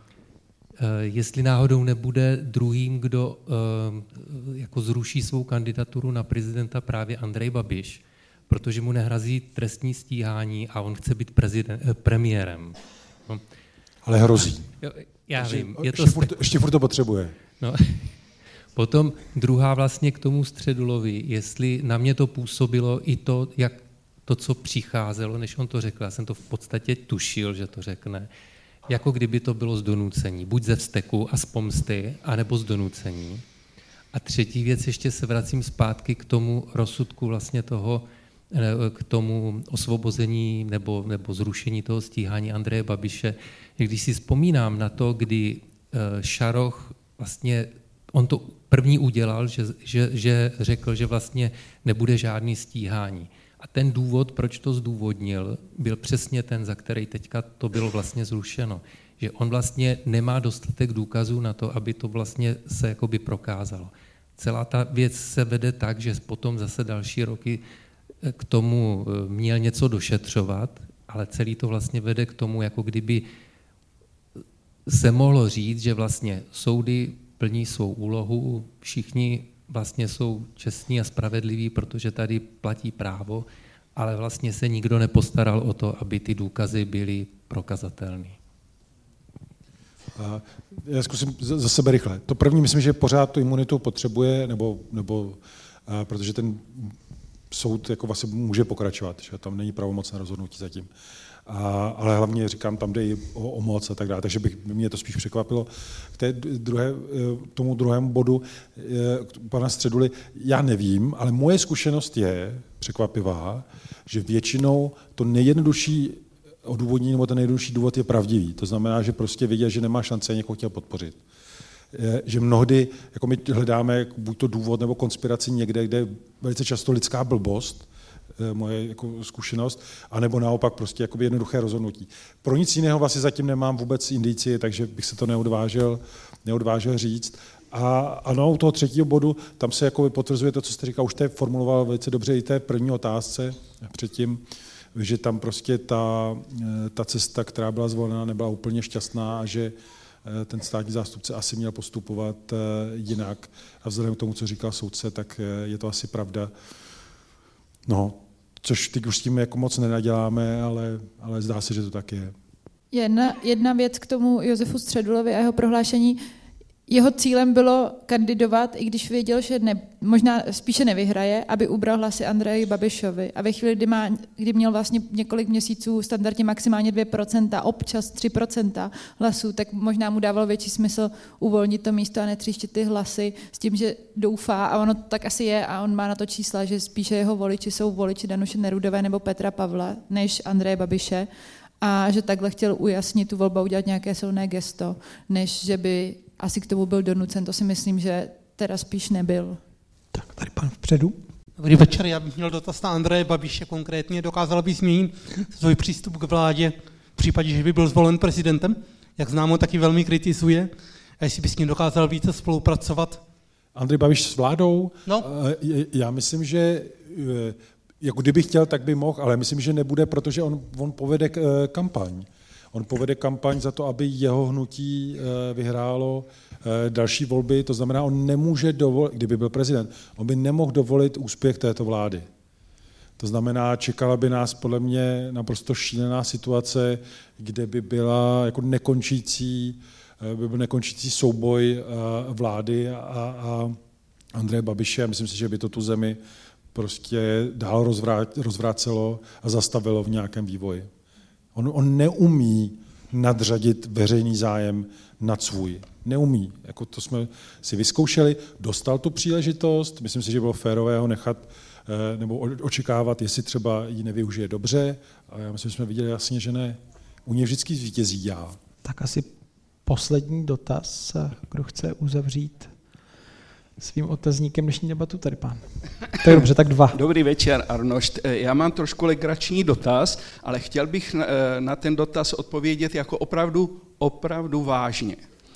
eh, jestli náhodou nebude druhým, kdo eh, jako zruší svou kandidaturu na prezidenta právě Andrej Babiš, protože mu nehrazí trestní stíhání a on chce být prezident, eh, premiérem. No. Ale hrozí. Jo, já ještě, vím. Je to ještě, furt, ještě furt to potřebuje. No. Potom druhá vlastně k tomu Středulovi, jestli na mě to působilo i to, jak to, co přicházelo, než on to řekl. Já jsem to v podstatě tušil, že to řekne. Jako kdyby to bylo z donucení. Buď ze vzteku a z pomsty, anebo z donucení. A třetí věc, ještě se vracím zpátky k tomu rozsudku vlastně toho, k tomu osvobození nebo, nebo zrušení toho stíhání Andreje Babiše. Když si vzpomínám na to, kdy Šaroch vlastně, on to první udělal, že, že, že řekl, že vlastně nebude žádný stíhání. A ten důvod, proč to zdůvodnil, byl přesně ten, za který teďka to bylo vlastně zrušeno. Že on vlastně nemá dostatek důkazů na to, aby to vlastně se jakoby prokázalo. Celá ta věc se vede tak, že potom zase další roky k tomu měl něco došetřovat, ale celý to vlastně vede k tomu, jako kdyby se mohlo říct, že vlastně soudy plní svou úlohu, všichni vlastně jsou čestní a spravedliví, protože tady platí právo, ale vlastně se nikdo nepostaral o to, aby ty důkazy byly prokazatelné. Já zkusím za sebe rychle. To první, myslím, že pořád tu imunitu potřebuje, nebo, nebo protože ten soud jako vlastně může pokračovat, že tam není pravomocné rozhodnutí zatím. A, ale hlavně říkám, tam jde i o, o moc a tak dále, takže bych, mě to spíš překvapilo. K té druhé, tomu druhému bodu pana Středuly, já nevím, ale moje zkušenost je překvapivá, že většinou to nejjednodušší odůvodnění nebo ten nejjednodušší důvod je pravdivý. To znamená, že prostě věděl, že nemá šanci a někoho chtěl podpořit. Že mnohdy jako my hledáme buď to důvod nebo konspiraci někde, kde je velice často lidská blbost, moje jako zkušenost, anebo naopak prostě jakoby jednoduché rozhodnutí. Pro nic jiného vlastně zatím nemám vůbec indicie, takže bych se to neodvážil, neodvážil říct. A ano, u toho třetího bodu, tam se jakoby potvrzuje to, co jste říkal, už jste formuloval velice dobře i té první otázce předtím, že tam prostě ta, ta cesta, která byla zvolena, nebyla úplně šťastná a že ten státní zástupce asi měl postupovat jinak. A vzhledem k tomu, co říkal soudce, tak je to asi pravda. No, což teď už s tím jako moc nenaděláme, ale, ale zdá se, že to tak je. Jedna, jedna věc k tomu Josefu Středulovi a jeho prohlášení. Jeho cílem bylo kandidovat, i když věděl, že ne, možná spíše nevyhraje, aby ubral hlasy Andreji Babišovi. A ve chvíli, kdy, má, kdy měl vlastně několik měsíců standardně maximálně dvě procenta, občas tři procenta hlasů, tak možná mu dávalo větší smysl uvolnit to místo a netříštit ty hlasy s tím, že doufá, a ono tak asi je, a on má na to čísla, že spíše jeho voliči jsou voliči Danuše Nerudové nebo Petra Pavla, než Andreje Babiše. A že takhle chtěl ujasnit tu volbu, udělat nějaké silné gesto, než že by asi k tomu byl donucen, to si myslím, že teda spíš nebyl. Tak, tady pan vpředu. Dobrý večer, já bych měl dotaz na Andreje Babiše konkrétně. Dokázal by změnit svůj přístup k vládě v případě, že by byl zvolen prezidentem? Jak známo, taky velmi kritizuje. A jestli by s ním dokázal více spolupracovat? Andrej Babiš s vládou? No. Já myslím, že jako kdyby chtěl, tak by mohl, ale myslím, že nebude, protože on, on povede kampaň. On povede kampaň za to, aby jeho hnutí vyhrálo další volby, to znamená, on nemůže dovolit, kdyby byl prezident, on by nemohl dovolit úspěch této vlády. To znamená, čekala by nás podle mě naprosto šílená situace, kde by byla jako nekončící, by byl nekončící souboj vlády a, a Andreje Babiše. Myslím si, že by to tu zemi prostě dál rozvrát, rozvrácelo a zastavilo v nějakém vývoji. On, on neumí nadřadit veřejný zájem nad svůj. Neumí. Jako to jsme si vyzkoušeli, dostal tu příležitost, myslím si, že bylo férové ho nechat nebo očekávat, jestli třeba ji nevyužije dobře, ale já myslím, že jsme viděli jasně, že ne. U něj vždycky zvítězí já. Tak asi poslední dotaz, kdo chce uzavřít svým otazníkem dnešní debatu, tady pán. Tak dobře, tak dva. Dobrý večer, Arnošt. Já mám trošku legrační dotaz, ale chtěl bych na ten dotaz odpovědět jako opravdu, opravdu vážně.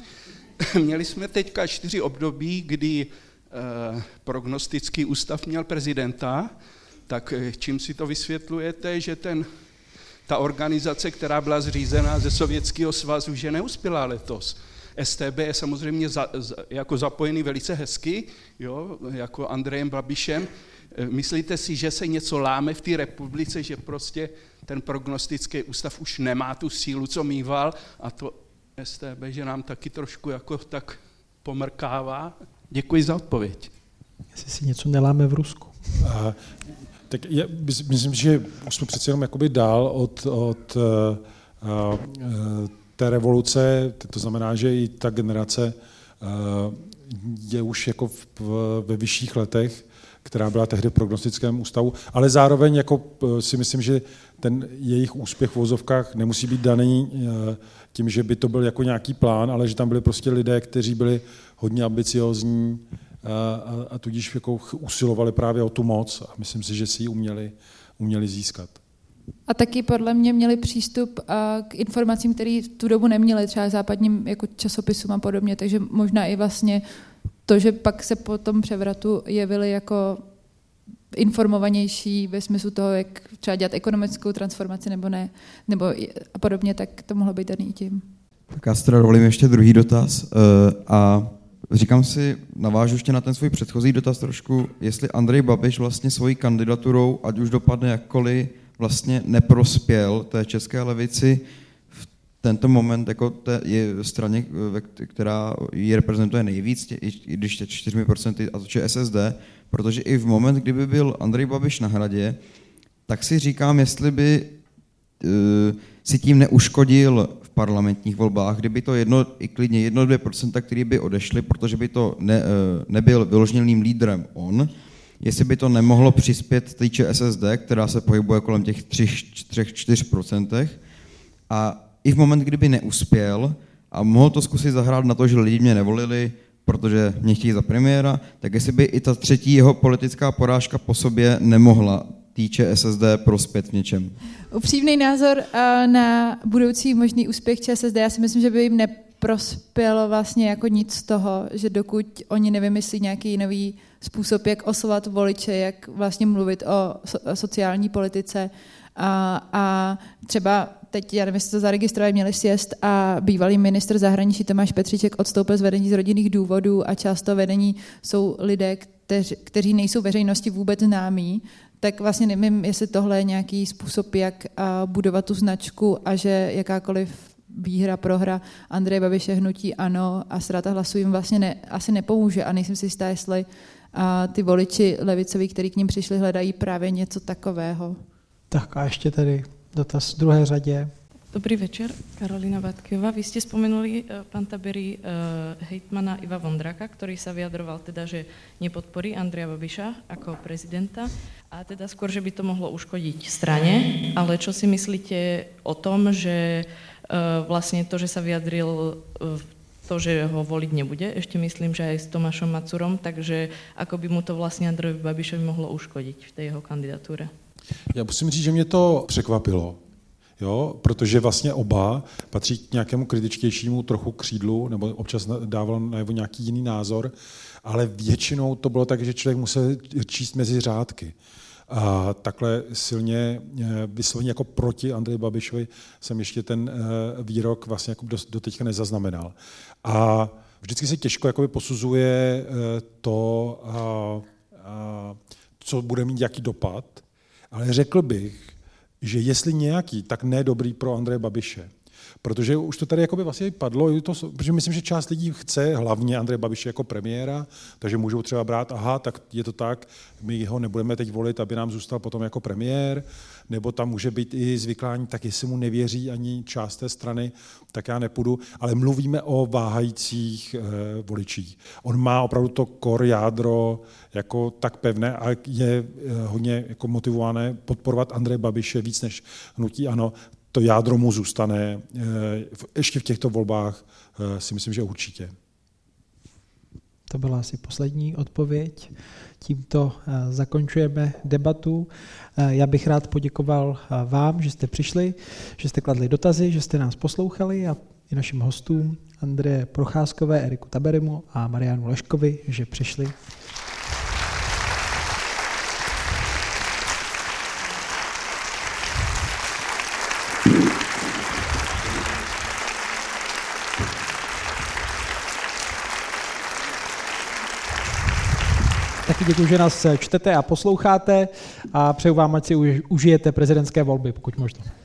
Měli jsme teďka čtyři období, kdy eh, prognostický ústav měl prezidenta, tak čím si to vysvětlujete, že ten, ta organizace, která byla zřízena ze Sovětského svazu, že neuspěla letos? S T B je samozřejmě za, za, jako zapojený velice hezky, jo, jako Andrejem Babišem. Myslíte si, že se něco láme v té republice, že prostě ten prognostický ústav už nemá tu sílu, co mýval, a to S T B, že nám taky trošku jako tak pomrkává? Děkuji za odpověď. Jestli si něco neláme v Rusku. A, tak je, myslím, že už jsme přece jenom jakoby dál od, od a, a, té revoluce, to znamená, že i ta generace je už jako v, ve vyšších letech, která byla tehdy v prognostickém ústavu, ale zároveň jako si myslím, že ten jejich úspěch v vozovkách nemusí být daný tím, že by to byl jako nějaký plán, ale že tam byli prostě lidé, kteří byli hodně ambiciozní a, a, a tudíž jako usilovali právě o tu moc a myslím si, že si ji uměli, uměli získat. A taky podle mě měli přístup k informacím, které v tu dobu neměli, třeba západním jako časopisům a podobně, takže možná i vlastně to, že pak se po tom převratu jevili jako informovanější ve smyslu toho, jak třeba dělat ekonomickou transformaci nebo ne, nebo a podobně, tak to mohlo být daný tím. Tak já si teda dovolím ještě druhý dotaz a říkám si, navážu ještě na ten svůj předchozí dotaz trošku, jestli Andrej Babiš vlastně svojí kandidaturou, ať už dopadne jakkoliv, vlastně neprospěl té české levici v tento moment jako té je straně, která ji reprezentuje nejvíc, i když tě čtyřmi procenty, a to je S S D, protože i v moment, kdyby byl Andrej Babiš na Hradě, tak si říkám, jestli by uh, si tím neuškodil v parlamentních volbách, kdyby to jedno, i klidně jedno, dvě procenta, který by odešly, protože by to ne, uh, nebyl vyloženým lídrem on, jestli by to nemohlo přispět té ČSSD, která se pohybuje kolem těch tři až čtyři procenta, a i v moment, kdyby neuspěl a mohl to zkusit zahrát na to, že lidi mě nevolili, protože mě chtějí za premiéra, tak jestli by i ta třetí jeho politická porážka po sobě nemohla týče S S D prospět v něčem. Upřímný názor na budoucí možný úspěch ČSSD, já si myslím, že by jim neprospělo vlastně jako nic z toho, že dokud oni nevymyslí nějaký nový způsob, jak oslovovat voliče, jak vlastně mluvit o, so, o sociální politice a, a třeba teď, já nevím, jestli to zaregistrovali, měli sjezd a bývalý ministr zahraničí Tomáš Petříček odstoupil z vedení z rodinných důvodů a často vedení jsou lidé, kteři, kteří nejsou veřejnosti vůbec známí, tak vlastně nevím, jestli tohle je nějaký způsob, jak budovat tu značku a že jakákoliv výhra, prohra Andreje Babiše, hnutí ANO a Strata hlasu jim vlastně ne, asi nepomůže a nejsem si jistá, jestli a ty voliči levicoví, kteří k ním přišli, hledají právě něco takového. Tak a ještě tady dotaz v druhé řadě. Dobrý večer, Karolina Vatkiová. Vy ste spomenuli, pán Taberi, hejtmana Iva Vondráka, ktorý sa vyjadroval teda, že nepodporí Andreja Babiša ako prezidenta a teda skôr, že by to mohlo uškodiť strane, ale čo si myslíte o tom, že vlastne to, že sa vyjadril to, že ho voliť nebude, ešte myslím, že aj s Tomášom Macurom, takže ako by mu to vlastne Andrejovi Babišovi mohlo uškodiť v tej jeho kandidatúre? Já musím říct, že mě to překvapilo, jo, protože vlastně oba patří k nějakému kritičtějšímu trochu křídlu, nebo občas dával najevo nějaký jiný názor, ale většinou to bylo tak, že člověk musel číst mezi řádky. A takhle silně vysloveně jako proti Andreji Babišovi jsem ještě ten výrok vlastně jako do teďka nezaznamenal. A vždycky se těžko jakoby posuzuje to, a, a, co bude mít jaký dopad, ale řekl bych, že jestli nějaký, tak ne dobrý pro Andreje Babiše. Protože už to tady jakoby vlastně padlo, to, protože myslím, že část lidí chce hlavně Andreje Babiše jako premiéra, takže můžou třeba brát, aha, tak je to tak, my ho nebudeme teď volit, aby nám zůstal potom jako premiér, nebo tam může být i zvyklání, tak jestli mu nevěří ani část té strany, tak já nepůjdu, ale mluvíme o váhajících eh, voličích. On má opravdu to core jádro jako tak pevné a je eh, hodně jako motivované podporovat Andreje Babiše víc než hnutí ANO. To jádro mu zůstane ještě v těchto volbách, si myslím, že určitě. To byla asi poslední odpověď. Tímto zakončujeme debatu. Já bych rád poděkoval vám, že jste přišli, že jste kladli dotazy, že jste nás poslouchali a i našim hostům Andreje Procházkové, Eriku Taberimu a Marianu Leškovi, že přišli. Taky děkuji, že nás čtete a posloucháte a přeju vám, ať si užijete prezidentské volby, pokud možno.